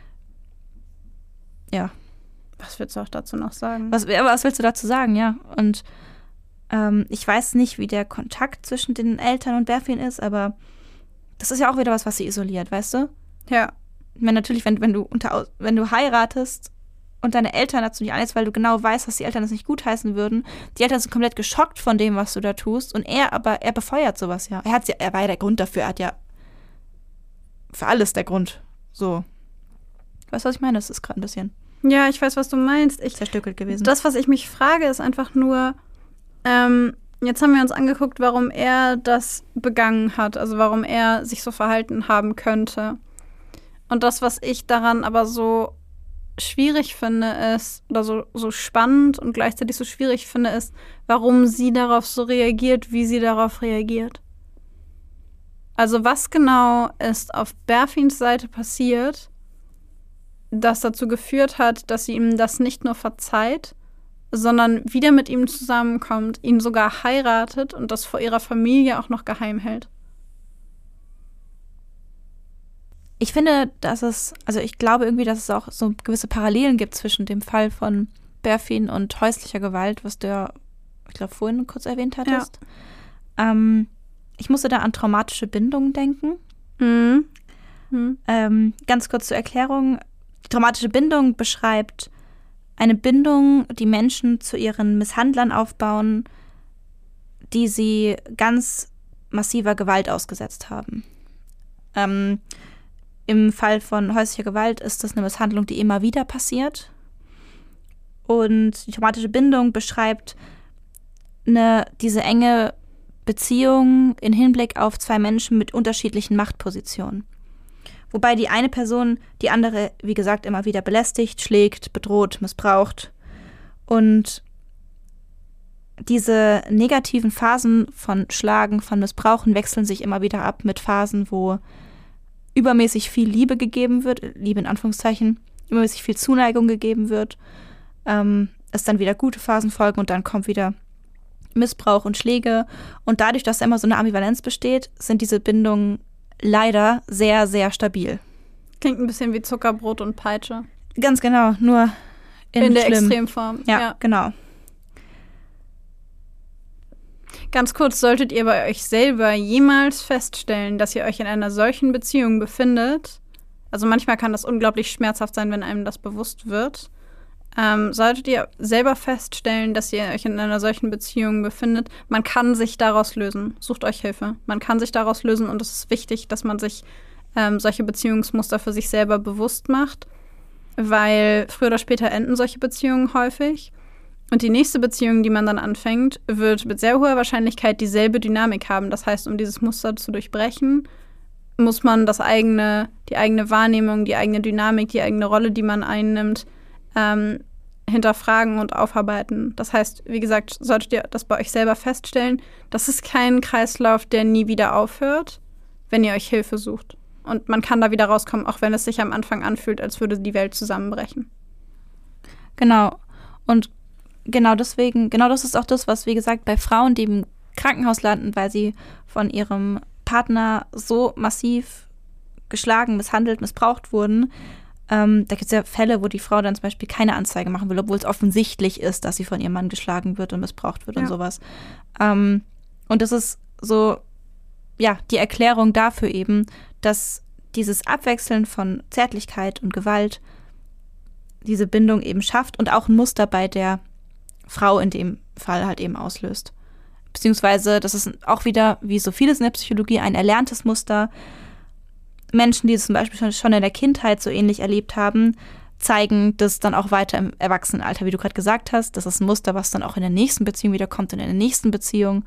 ja. Was willst du auch dazu noch sagen? Was, was willst du dazu sagen, ja? Und ähm, ich weiß nicht, wie der Kontakt zwischen den Eltern und Berfin ist, aber das ist ja auch wieder was, was sie isoliert, weißt du? Ja. Ich meine, natürlich, wenn, wenn, du unter, wenn du heiratest und deine Eltern dazu nicht einlädst, weil du genau weißt, dass die Eltern das nicht gutheißen würden, die Eltern sind komplett geschockt von dem, was du da tust und er aber, er befeuert sowas, ja. Er, hat's ja, er war ja der Grund dafür, er hat ja für alles der Grund, so. Weißt du, was ich meine? Das ist gerade ein bisschen Ja, ich weiß, was du meinst. Ich, zerstückelt gewesen. Das, was ich mich frage, ist einfach nur, ähm, jetzt haben wir uns angeguckt, warum er das begangen hat, also warum er sich so verhalten haben könnte. Und das, was ich daran aber so schwierig finde, ist, oder so, so spannend und gleichzeitig so schwierig finde, ist, warum sie darauf so reagiert, wie sie darauf reagiert. Also was genau ist auf Berfins Seite passiert, das dazu geführt hat, dass sie ihm das nicht nur verzeiht, sondern wieder mit ihm zusammenkommt, ihn sogar heiratet und das vor ihrer Familie auch noch geheim hält. Ich finde, dass es, also ich glaube irgendwie, dass es auch so gewisse Parallelen gibt zwischen dem Fall von Berfin und häuslicher Gewalt, was du ja, ich glaube, vorhin kurz erwähnt hattest. Ja. Ähm, ich musste da an traumatische Bindungen denken. Mhm. Mhm. Ähm, ganz kurz zur Erklärung. Die traumatische Bindung beschreibt eine Bindung, die Menschen zu ihren Misshandlern aufbauen, die sie ganz massiver Gewalt ausgesetzt haben. Ähm, Im Fall von häuslicher Gewalt ist das eine Misshandlung, die immer wieder passiert. Und die traumatische Bindung beschreibt eine, diese enge Beziehung in Hinblick auf zwei Menschen mit unterschiedlichen Machtpositionen. Wobei die eine Person die andere, wie gesagt, immer wieder belästigt, schlägt, bedroht, missbraucht. Und diese negativen Phasen von Schlagen, von Missbrauchen wechseln sich immer wieder ab mit Phasen, wo übermäßig viel Liebe gegeben wird, Liebe in Anführungszeichen, übermäßig viel Zuneigung gegeben wird, ähm, es dann wieder gute Phasen folgen und dann kommt wieder Missbrauch und Schläge. Und dadurch, dass da immer so eine Ambivalenz besteht, sind diese Bindungen leider sehr, sehr stabil. Klingt ein bisschen wie Zuckerbrot und Peitsche. Ganz genau, nur in, in der schlimm. Extremform. Ja, ja, genau. Ganz kurz, solltet ihr bei euch selber jemals feststellen, dass ihr euch in einer solchen Beziehung befindet, also manchmal kann das unglaublich schmerzhaft sein, wenn einem das bewusst wird, ähm, solltet ihr selber feststellen, dass ihr euch in einer solchen Beziehung befindet, man kann sich daraus lösen. Sucht euch Hilfe. Man kann sich daraus lösen und es ist wichtig, dass man sich ähm, solche Beziehungsmuster für sich selber bewusst macht, weil früher oder später enden solche Beziehungen häufig. Und die nächste Beziehung, die man dann anfängt, wird mit sehr hoher Wahrscheinlichkeit dieselbe Dynamik haben. Das heißt, um dieses Muster zu durchbrechen, muss man das eigene, die eigene Wahrnehmung, die eigene Dynamik, die eigene Rolle, die man einnimmt, ähm, hinterfragen und aufarbeiten. Das heißt, wie gesagt, solltet ihr das bei euch selber feststellen, das ist kein Kreislauf, der nie wieder aufhört, wenn ihr euch Hilfe sucht. Und man kann da wieder rauskommen, auch wenn es sich am Anfang anfühlt, als würde die Welt zusammenbrechen. Genau. Und genau deswegen, genau das ist auch das, was, wie gesagt, bei Frauen, die im Krankenhaus landen, weil sie von ihrem Partner so massiv geschlagen, misshandelt, missbraucht wurden, ähm, da gibt es ja Fälle, wo die Frau dann zum Beispiel keine Anzeige machen will, obwohl es offensichtlich ist, dass sie von ihrem Mann geschlagen wird und missbraucht wird ja. und sowas. Ähm, und das ist so, ja, die Erklärung dafür eben, dass dieses Abwechseln von Zärtlichkeit und Gewalt diese Bindung eben schafft und auch ein Muster bei der Frau in dem Fall halt eben auslöst. Beziehungsweise, das ist auch wieder, wie so vieles in der Psychologie, ein erlerntes Muster. Menschen, die es zum Beispiel schon, schon in der Kindheit so ähnlich erlebt haben, zeigen das dann auch weiter im Erwachsenenalter, wie du gerade gesagt hast. Das ist ein Muster, was dann auch in der nächsten Beziehung wiederkommt und in der nächsten Beziehung.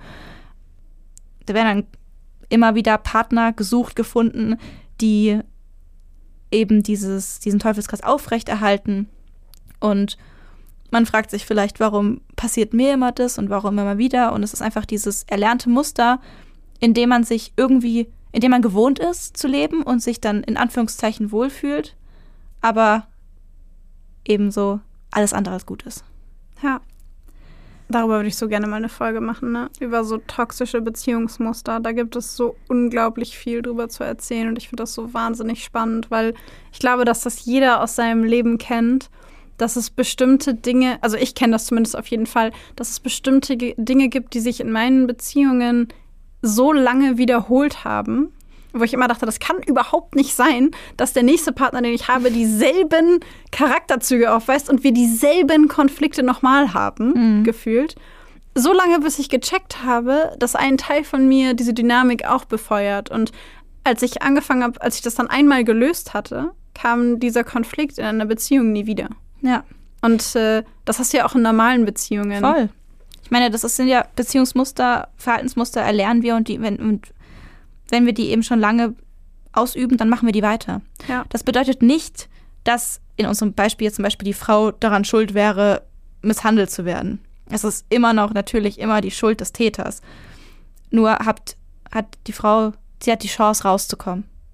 Da werden dann immer wieder Partner gesucht, gefunden, die eben dieses, diesen Teufelskreis aufrechterhalten. Und man fragt sich vielleicht, warum passiert mir immer das und warum immer wieder. Und es ist einfach dieses erlernte Muster, in dem man sich irgendwie, in dem man gewohnt ist zu leben und sich dann in Anführungszeichen wohlfühlt, aber ebenso alles andere als gut ist. Ja. Darüber würde ich so gerne mal eine Folge machen, ne? Über so toxische Beziehungsmuster. Da gibt es so unglaublich viel drüber zu erzählen und ich finde das so wahnsinnig spannend, weil ich glaube, dass das jeder aus seinem Leben kennt, dass es bestimmte Dinge, also ich kenne das zumindest auf jeden Fall, dass es bestimmte Ge- Dinge gibt, die sich in meinen Beziehungen so lange wiederholt haben, wo ich immer dachte, das kann überhaupt nicht sein, dass der nächste Partner, den ich habe, dieselben Charakterzüge aufweist und wir dieselben Konflikte nochmal haben, mhm. gefühlt. So lange, bis ich gecheckt habe, dass ein Teil von mir diese Dynamik auch befeuert. Und als ich angefangen habe, als ich das dann einmal gelöst hatte, kam dieser Konflikt in einer Beziehung nie wieder. Ja. Und äh, das hast du ja auch in normalen Beziehungen. Voll. Ich meine, das sind ja Beziehungsmuster, Verhaltensmuster erlernen wir und die, wenn, und wenn wir die eben schon lange ausüben, dann machen wir die weiter. Ja. Das bedeutet nicht, dass in unserem Beispiel jetzt zum Beispiel die Frau daran schuld wäre, misshandelt zu werden. Es ist immer noch natürlich immer die Schuld des Täters. Nur habt, hat die Frau, sie hat die Chance rauszukommen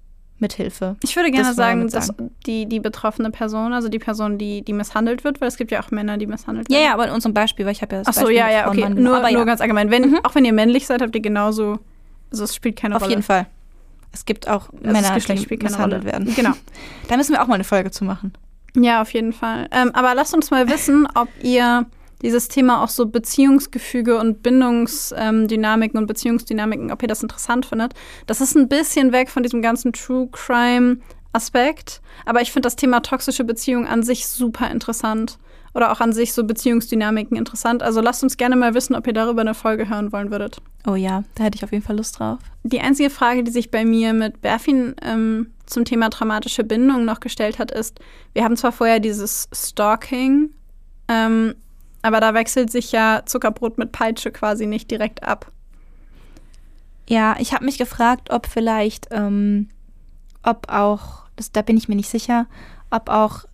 Mithilfe. Ich würde gerne Das wollen wir sagen, damit dass die, die betroffene Person, also die Person, die, die misshandelt wird, weil es gibt ja auch Männer, die misshandelt Ja, werden. ja, aber in unserem Beispiel, weil ich habe ja das Ach so, Beispiel ja, mit ja, Frau und okay. Mann genommen. Nur, aber nur ja. ganz allgemein. Wenn, Mhm. Auch wenn ihr männlich seid, habt ihr genauso, also es spielt keine Auf Rolle. jeden Fall. Es gibt auch Also Männer, das Geschlecht die spielt keine misshandelt Rolle. werden. Genau. Da müssen wir auch mal eine Folge zu machen. Ja, auf jeden Fall. Ähm, aber lasst uns mal wissen, ob ihr dieses Thema auch so Beziehungsgefüge und Bindungsdynamiken und Beziehungsdynamiken, ob ihr das interessant findet. Das ist ein bisschen weg von diesem ganzen True Crime Aspekt, aber ich finde das Thema toxische Beziehung an sich super interessant. Oder auch an sich so Beziehungsdynamiken interessant. Also lasst uns gerne mal wissen, ob ihr darüber eine Folge hören wollen würdet. Oh ja, da hätte ich auf jeden Fall Lust drauf. Die einzige Frage, die sich bei mir mit Berfin ähm, zum Thema traumatische Bindung noch gestellt hat, ist, wir haben zwar vorher dieses Stalking, ähm, aber da wechselt sich ja Zuckerbrot mit Peitsche quasi nicht direkt ab. Ja, ich habe mich gefragt, ob vielleicht, ähm, ob auch, das, da bin ich mir nicht sicher, ob auch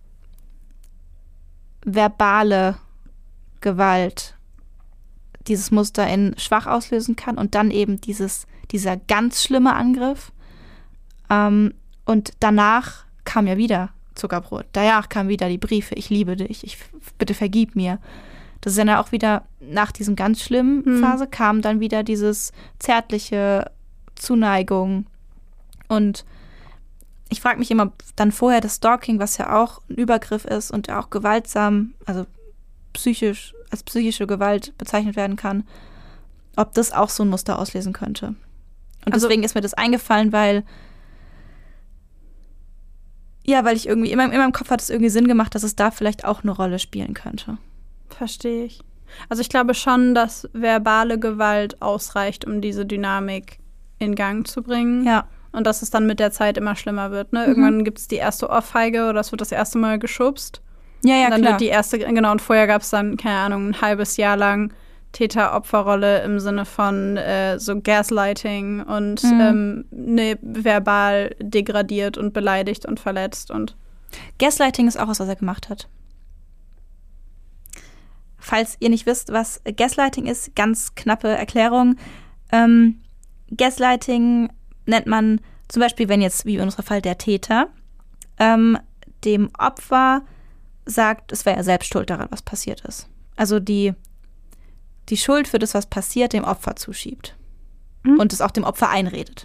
verbale Gewalt dieses Muster in schwach auslösen kann und dann eben dieses, dieser ganz schlimme Angriff. Ähm, und danach kam ja wieder Zuckerbrot. Danach kamen wieder die Briefe, ich liebe dich, ich, bitte vergib mir. Das ist dann ja auch wieder, nach diesem ganz schlimmen Mhm. Phase kam dann wieder dieses zärtliche Zuneigung. Und ich frage mich immer dann vorher das Stalking, was ja auch ein Übergriff ist und auch gewaltsam, also psychisch, als psychische Gewalt bezeichnet werden kann, ob das auch so ein Muster auslesen könnte. Und Also- deswegen ist mir das eingefallen, weil ja, weil ich irgendwie, in meinem, in meinem Kopf hat es irgendwie Sinn gemacht, dass es da vielleicht auch eine Rolle spielen könnte. Verstehe ich. Also ich glaube schon, dass verbale Gewalt ausreicht, um diese Dynamik in Gang zu bringen. Ja. Und dass es dann mit der Zeit immer schlimmer wird. Ne? Mhm. Irgendwann gibt es die erste Ohrfeige oder es wird das erste Mal geschubst. Ja, ja, und dann klar. wird die erste, genau, und vorher gab es dann, keine Ahnung, ein halbes Jahr lang Täter-Opfer-Rolle im Sinne von äh, so Gaslighting und Mhm. ähm, ne, verbal degradiert und beleidigt und verletzt. Und Gaslighting ist auch was, was er gemacht hat. Falls ihr nicht wisst, was Gaslighting ist, ganz knappe Erklärung. Ähm, Gaslighting nennt man zum Beispiel, wenn jetzt, wie in unserem Fall, der Täter ähm, dem Opfer sagt, es wäre ja selbst schuld daran, was passiert ist. Also die, die Schuld für das, was passiert, dem Opfer zuschiebt. Mhm. Und es auch dem Opfer einredet.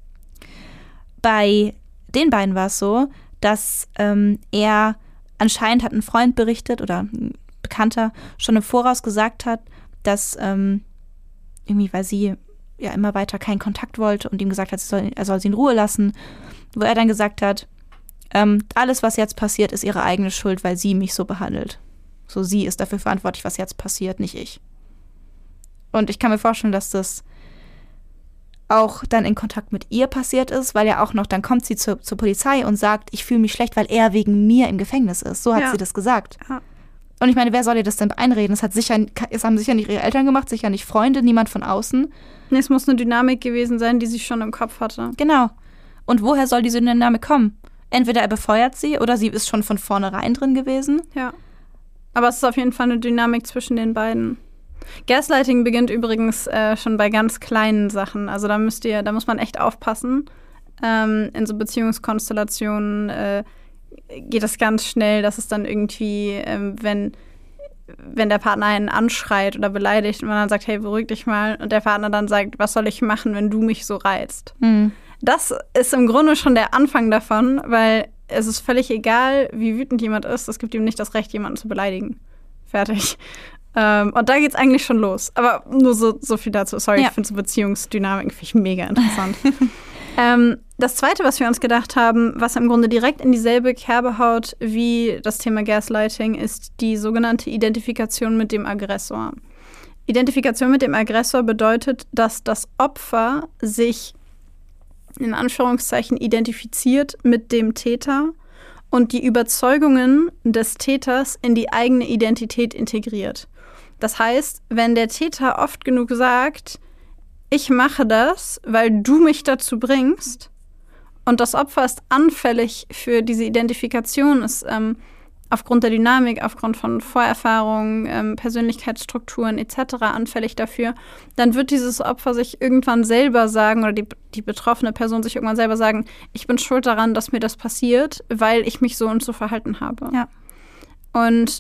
Bei den beiden war es so, dass ähm, er anscheinend hat ein Freund berichtet oder ein Bekannter schon im Voraus gesagt hat, dass ähm, irgendwie, weil sie ja immer weiter keinen Kontakt wollte und ihm gesagt hat, sie soll, er soll sie in Ruhe lassen, wo er dann gesagt hat, ähm, alles, was jetzt passiert, ist ihre eigene Schuld, weil sie mich so behandelt. So, sie ist dafür verantwortlich, was jetzt passiert, nicht ich. Und ich kann mir vorstellen, dass das auch dann in Kontakt mit ihr passiert ist, weil ja auch noch, dann kommt sie zur, zur Polizei und sagt, ich fühle mich schlecht, weil er wegen mir im Gefängnis ist. So hat Ja. sie das gesagt. Ja. Und ich meine, wer soll ihr das denn einreden? Das hat sicher, es haben sicher nicht ihre Eltern gemacht, sicher nicht Freunde, niemand von außen. nee, es muss eine Dynamik gewesen sein, die sie schon im Kopf hatte. Genau. Und woher soll diese Dynamik kommen? Entweder er befeuert sie oder sie ist schon von vornherein drin gewesen. Ja. Aber es ist auf jeden Fall eine Dynamik zwischen den beiden. Gaslighting beginnt übrigens äh, schon bei ganz kleinen Sachen. Also da müsst ihr, da muss man echt aufpassen. Ähm, in so Beziehungskonstellationen äh, geht es ganz schnell, dass es dann irgendwie, ähm, wenn, wenn der Partner einen anschreit oder beleidigt und man dann sagt, hey, beruhig dich mal, und der Partner dann sagt, was soll ich machen, wenn du mich so reizt? Hm. Das ist im Grunde schon der Anfang davon, weil es ist völlig egal, wie wütend jemand ist. Es gibt ihm nicht das Recht, jemanden zu beleidigen. Fertig. Ähm, und da geht's eigentlich schon los. Aber nur so, so viel dazu. Sorry, Ja. ich finde so Beziehungsdynamiken finde ich mega interessant. ähm, das Zweite, was wir uns gedacht haben, was im Grunde direkt in dieselbe Kerbe haut wie das Thema Gaslighting, ist die sogenannte Identifikation mit dem Aggressor. Identifikation mit dem Aggressor bedeutet, dass das Opfer sich in Anführungszeichen identifiziert mit dem Täter und die Überzeugungen des Täters in die eigene Identität integriert. Das heißt, wenn der Täter oft genug sagt, ich mache das, weil du mich dazu bringst, und das Opfer ist anfällig für diese Identifikation, ist ähm, aufgrund der Dynamik, aufgrund von Vorerfahrungen, ähm, Persönlichkeitsstrukturen et cetera anfällig dafür, dann wird dieses Opfer sich irgendwann selber sagen oder die, die betroffene Person sich irgendwann selber sagen, ich bin schuld daran, dass mir das passiert, weil ich mich so und so verhalten habe. Ja. Und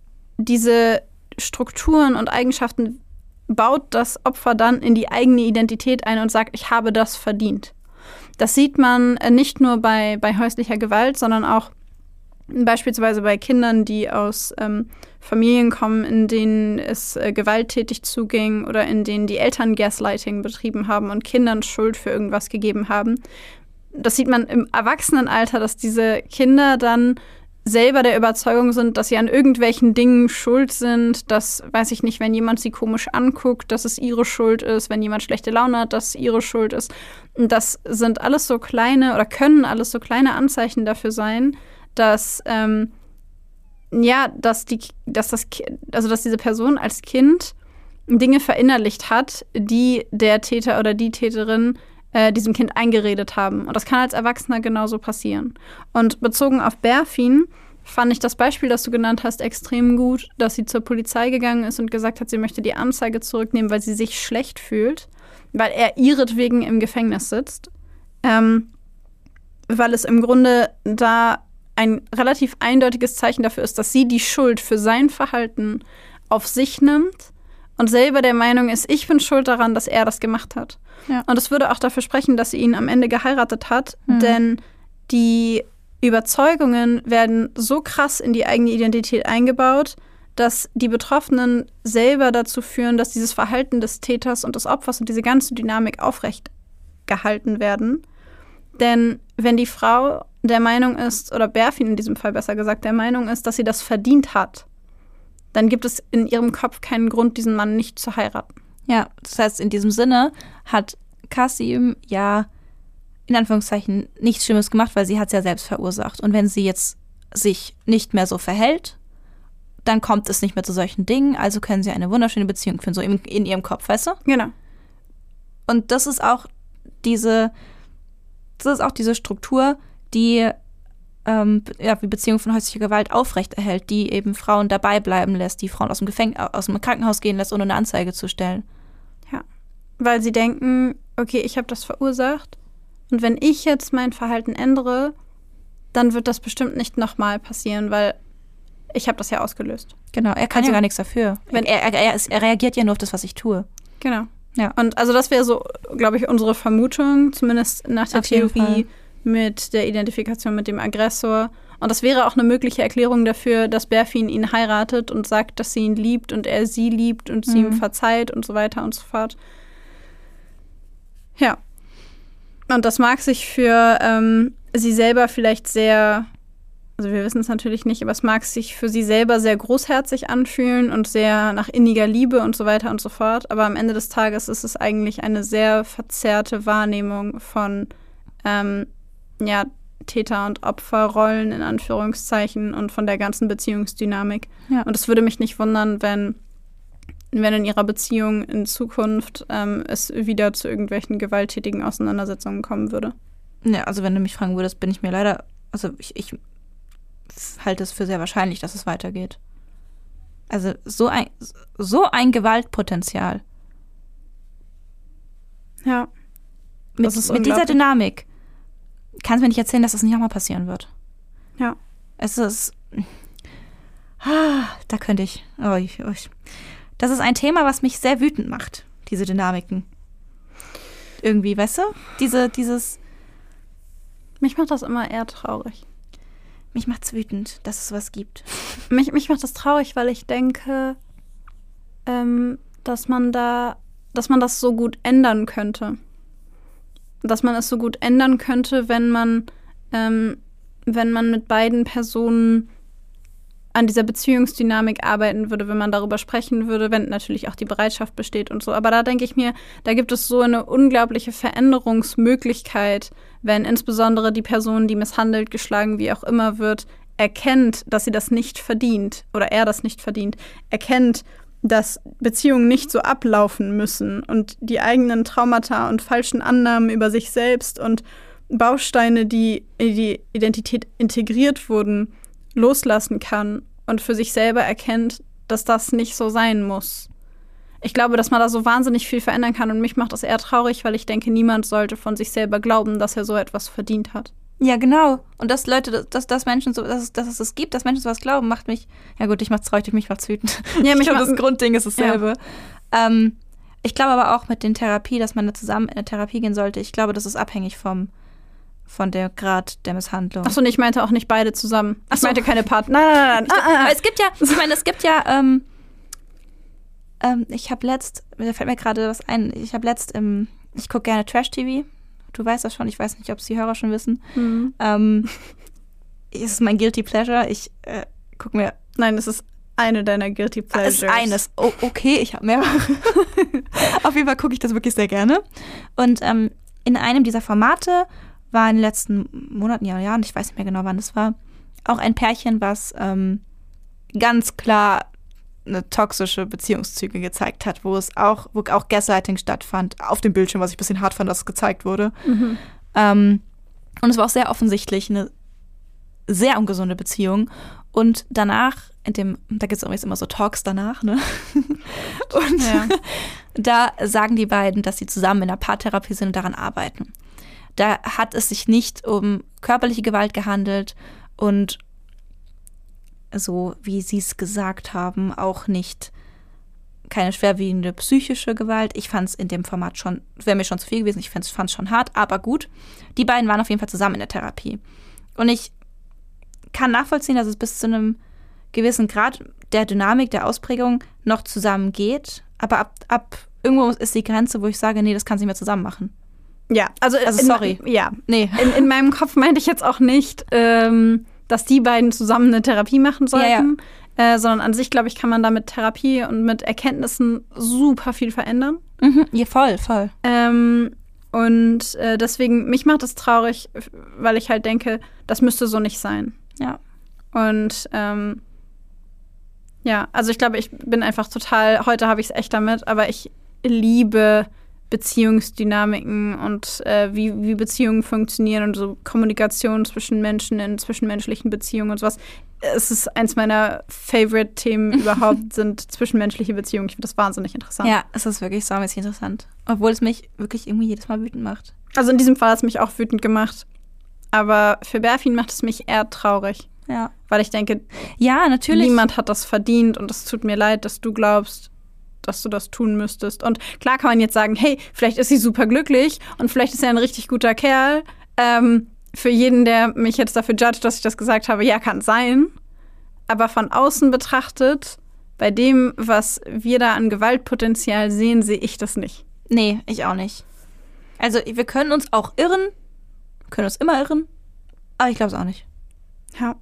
diese Strukturen und Eigenschaften baut das Opfer dann in die eigene Identität ein und sagt, ich habe das verdient. Das sieht man nicht nur bei, bei häuslicher Gewalt, sondern auch beispielsweise bei Kindern, die aus ähm, Familien kommen, in denen es äh, gewalttätig zuging oder in denen die Eltern Gaslighting betrieben haben und Kindern Schuld für irgendwas gegeben haben. Das sieht man im Erwachsenenalter, dass diese Kinder dann selber der Überzeugung sind, dass sie an irgendwelchen Dingen schuld sind, dass, weiß ich nicht, wenn jemand sie komisch anguckt, dass es ihre Schuld ist, wenn jemand schlechte Laune hat, dass es ihre Schuld ist. Und das sind alles so kleine oder können alles so kleine Anzeichen dafür sein, dass ähm, ja, dass die, dass das, also dass diese Person als Kind Dinge verinnerlicht hat, die der Täter oder die Täterin äh, diesem Kind eingeredet haben. Und das kann als Erwachsener genauso passieren. Und bezogen auf Berfin fand ich das Beispiel, das du genannt hast, extrem gut, dass sie zur Polizei gegangen ist und gesagt hat, sie möchte die Anzeige zurücknehmen, weil sie sich schlecht fühlt, weil er ihretwegen im Gefängnis sitzt. Ähm, weil es im Grunde da ein relativ eindeutiges Zeichen dafür ist, dass sie die Schuld für sein Verhalten auf sich nimmt und selber der Meinung ist, ich bin schuld daran, dass er das gemacht hat. Ja. Und es würde auch dafür sprechen, dass sie ihn am Ende geheiratet hat, mhm. denn die Überzeugungen werden so krass in die eigene Identität eingebaut, dass die Betroffenen selber dazu führen, dass dieses Verhalten des Täters und des Opfers und diese ganze Dynamik aufrecht gehalten werden. Denn wenn die Frau der Meinung ist, oder Berfin in diesem Fall besser gesagt, der Meinung ist, dass sie das verdient hat, dann gibt es in ihrem Kopf keinen Grund, diesen Mann nicht zu heiraten. Ja, das heißt, in diesem Sinne hat Kasim ja in Anführungszeichen nichts Schlimmes gemacht, weil sie hat es ja selbst verursacht. Und wenn sie jetzt sich nicht mehr so verhält, dann kommt es nicht mehr zu solchen Dingen, also können sie eine wunderschöne Beziehung führen, so in, in ihrem Kopf, weißt du? Genau. Und das ist auch diese, das ist auch diese Struktur, die ähm, ja, die Beziehung von häuslicher Gewalt aufrechterhält, die eben Frauen dabei bleiben lässt, die Frauen aus dem Gefängnis, aus dem Krankenhaus gehen lässt, ohne eine Anzeige zu stellen. Ja, weil sie denken, okay, ich habe das verursacht und wenn ich jetzt mein Verhalten ändere, dann wird das bestimmt nicht nochmal passieren, weil ich habe das ja ausgelöst. Genau, er kann also, ja gar nichts dafür. Wenn er, er, er, er reagiert ja nur auf das, was ich tue. Genau. Ja. Und also das wäre so, glaube ich, unsere Vermutung, zumindest nach der Theorie mit der Identifikation mit dem Aggressor. Und das wäre auch eine mögliche Erklärung dafür, dass Berfin ihn heiratet und sagt, dass sie ihn liebt und er sie liebt und sie mhm. ihm verzeiht und so weiter und so fort. Ja. Und das mag sich für ähm, sie selber vielleicht sehr, also wir wissen es natürlich nicht, aber es mag sich für sie selber sehr großherzig anfühlen und sehr nach inniger Liebe und so weiter und so fort. Aber am Ende des Tages ist es eigentlich eine sehr verzerrte Wahrnehmung von ähm, ja, Täter- und Opferrollen in Anführungszeichen und von der ganzen Beziehungsdynamik. Ja. Und es würde mich nicht wundern, wenn, wenn in ihrer Beziehung in Zukunft ähm, es wieder zu irgendwelchen gewalttätigen Auseinandersetzungen kommen würde. Ja, also wenn du mich fragen würdest, bin ich mir leider, also ich, ich halte es für sehr wahrscheinlich, dass es weitergeht. Also so ein, so ein Gewaltpotenzial. Ja. Mit, mit dieser Dynamik. Kannst mir nicht erzählen, dass das nicht nochmal passieren wird. Ja. Es ist, ah, da könnte ich, oh, ich, oh, ich. Das ist ein Thema, was mich sehr wütend macht, diese Dynamiken. Irgendwie, weißt du? Diese, dieses. Mich macht das immer eher traurig. Mich macht's wütend, dass es was gibt. Mich, mich macht das traurig, weil ich denke, ähm, dass man da, dass man das so gut ändern könnte. Dass man es so gut ändern könnte, wenn man, ähm, wenn man mit beiden Personen an dieser Beziehungsdynamik arbeiten würde, wenn man darüber sprechen würde, wenn natürlich auch die Bereitschaft besteht und so. Aber da denke ich mir, da gibt es so eine unglaubliche Veränderungsmöglichkeit, wenn insbesondere die Person, die misshandelt, geschlagen, wie auch immer wird, erkennt, dass sie das nicht verdient oder er das nicht verdient, erkennt, dass Beziehungen nicht so ablaufen müssen und die eigenen Traumata und falschen Annahmen über sich selbst und Bausteine, die in die Identität integriert wurden, loslassen kann und für sich selber erkennt, dass das nicht so sein muss. Ich glaube, dass man da so wahnsinnig viel verändern kann und mich macht das eher traurig, weil ich denke, niemand sollte von sich selber glauben, dass er so etwas verdient hat. Ja, genau. Und dass Leute, dass, dass Menschen so, dass, dass es das gibt, dass Menschen sowas glauben, macht mich, ja gut, ich mach's traurig, mich macht's wütend. Ja, ich mich glaube, macht- das Grundding ist dasselbe. Ja. Ähm, ich glaube aber auch mit den Therapie, dass man da zusammen in eine Therapie gehen sollte. Ich glaube, das ist abhängig vom von der Grad der Misshandlung. Achso, nee, ich meinte auch nicht beide zusammen. Ich Ach so. meinte keine Partner. Nein, nein, nein. nein. Ah, ah, ah. Es gibt ja, ich meine, es gibt ja, ähm, ähm, ich habe letzt, da fällt mir gerade was ein, ich habe letzt, im, ich gucke gerne Trash-T V. Du weißt das schon, ich weiß nicht, ob es die Hörer schon wissen. Mhm. Ähm, es ist mein Guilty Pleasure. Ich äh, gucke mir. Nein, es ist eine deiner Guilty Pleasures. Es ist eines. Oh, okay, ich habe mehrere. Auf jeden Fall gucke ich das wirklich sehr gerne. Und ähm, in einem dieser Formate war in den letzten Monaten, ja, Jahren, ich weiß nicht mehr genau, wann das war, auch ein Pärchen, was ähm, ganz klar eine toxische Beziehungszüge gezeigt hat, wo es auch, wo auch Gaslighting stattfand, auf dem Bildschirm, was ich ein bisschen hart fand, dass es gezeigt wurde. Mhm. Ähm, und es war auch sehr offensichtlich eine sehr ungesunde Beziehung. Und danach, in dem, da gibt es übrigens immer so Talks danach, ne? Und Ja. da sagen die beiden, dass sie zusammen in einer Paartherapie sind und daran arbeiten. Da hat es sich nicht um körperliche Gewalt gehandelt und so, wie sie es gesagt haben, auch nicht keine schwerwiegende psychische Gewalt. Ich fand es in dem Format schon, wäre mir schon zu viel gewesen, ich fand es schon hart, aber gut. Die beiden waren auf jeden Fall zusammen in der Therapie. Und ich kann nachvollziehen, dass es bis zu einem gewissen Grad der Dynamik, der Ausprägung noch zusammen geht. Aber ab, ab irgendwo ist die Grenze, wo ich sage, nee, das kann sie nicht mehr zusammen machen. Ja, also, Also in, sorry. Ja, Nee. in, in meinem Kopf meinte ich jetzt auch nicht, ähm, dass die beiden zusammen eine Therapie machen sollten, Ja, ja. Äh, sondern an sich, glaube ich, kann man da mit Therapie und mit Erkenntnissen super viel verändern. Mhm, ja, voll, voll. Ähm, und äh, deswegen, mich macht es traurig, weil ich halt denke, das müsste so nicht sein. Ja. Und ähm, ja, also ich glaube, ich bin einfach total, heute habe ich es echt damit, aber ich liebe Beziehungsdynamiken und äh, wie, wie Beziehungen funktionieren und so Kommunikation zwischen Menschen in zwischenmenschlichen Beziehungen und sowas. Es ist eins meiner Favorite-Themen überhaupt, sind zwischenmenschliche Beziehungen. Ich finde das wahnsinnig interessant. Ja, es ist wirklich saumäßig interessant. Obwohl es mich wirklich irgendwie jedes Mal wütend macht. Also in diesem Fall hat es mich auch wütend gemacht. Aber für Berfin macht es mich eher traurig. Ja. Weil ich denke, Ja, natürlich. niemand hat das verdient und es tut mir leid, dass du glaubst, dass du das tun müsstest. Und klar kann man jetzt sagen, hey, vielleicht ist sie super glücklich und vielleicht ist er ein richtig guter Kerl. Ähm, für jeden, der mich jetzt dafür judgt, dass ich das gesagt habe, ja, kann sein. Aber von außen betrachtet, bei dem, was wir da an Gewaltpotenzial sehen, sehe ich das nicht. Nee, ich auch nicht. Also, wir können uns auch irren. Können uns immer irren. Aber ich glaube es auch nicht. Ja.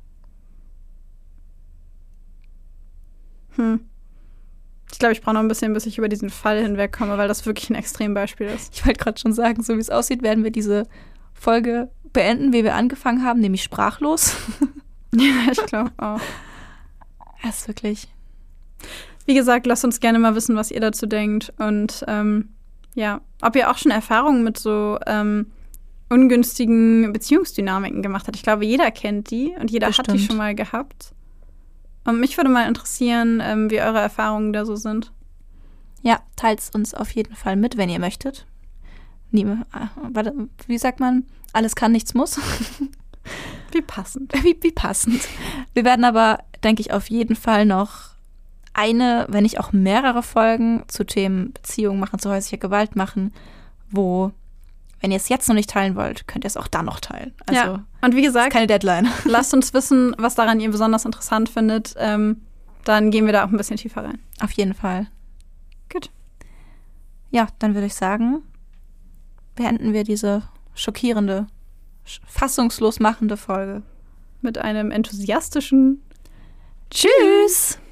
Hm. Ich glaube, ich brauche noch ein bisschen, bis ich über diesen Fall hinwegkomme, weil das wirklich ein Extrembeispiel ist. Ich wollte gerade schon sagen, so wie es aussieht, werden wir diese Folge beenden, wie wir angefangen haben, nämlich sprachlos. Ja, ich glaube auch. Das ist wirklich. Wie gesagt, lasst uns gerne mal wissen, was ihr dazu denkt. Und ähm, ja, ob ihr auch schon Erfahrungen mit so ähm, ungünstigen Beziehungsdynamiken gemacht habt. Ich glaube, jeder kennt die und jeder Bestimmt. hat die schon mal gehabt. Und mich würde mal interessieren, ähm, wie eure Erfahrungen da so sind. Ja, teilt uns auf jeden Fall mit, wenn ihr möchtet. Nie, äh, warte, wie sagt man? Alles kann, nichts muss. Wie passend. Wie, wie passend. Wir werden aber, denke ich, auf jeden Fall noch eine, wenn nicht auch mehrere Folgen zu Themen Beziehung machen, zu häuslicher Gewalt machen, wo, wenn ihr es jetzt noch nicht teilen wollt, könnt ihr es auch dann noch teilen. Also, Ja, und wie gesagt, keine Deadline. lasst uns wissen, was daran ihr besonders interessant findet. Ähm, dann gehen wir da auch ein bisschen tiefer rein. Auf jeden Fall. Gut. Ja, dann würde ich sagen, beenden wir diese schockierende, sch- fassungslos machende Folge. Mit einem enthusiastischen Tschüss!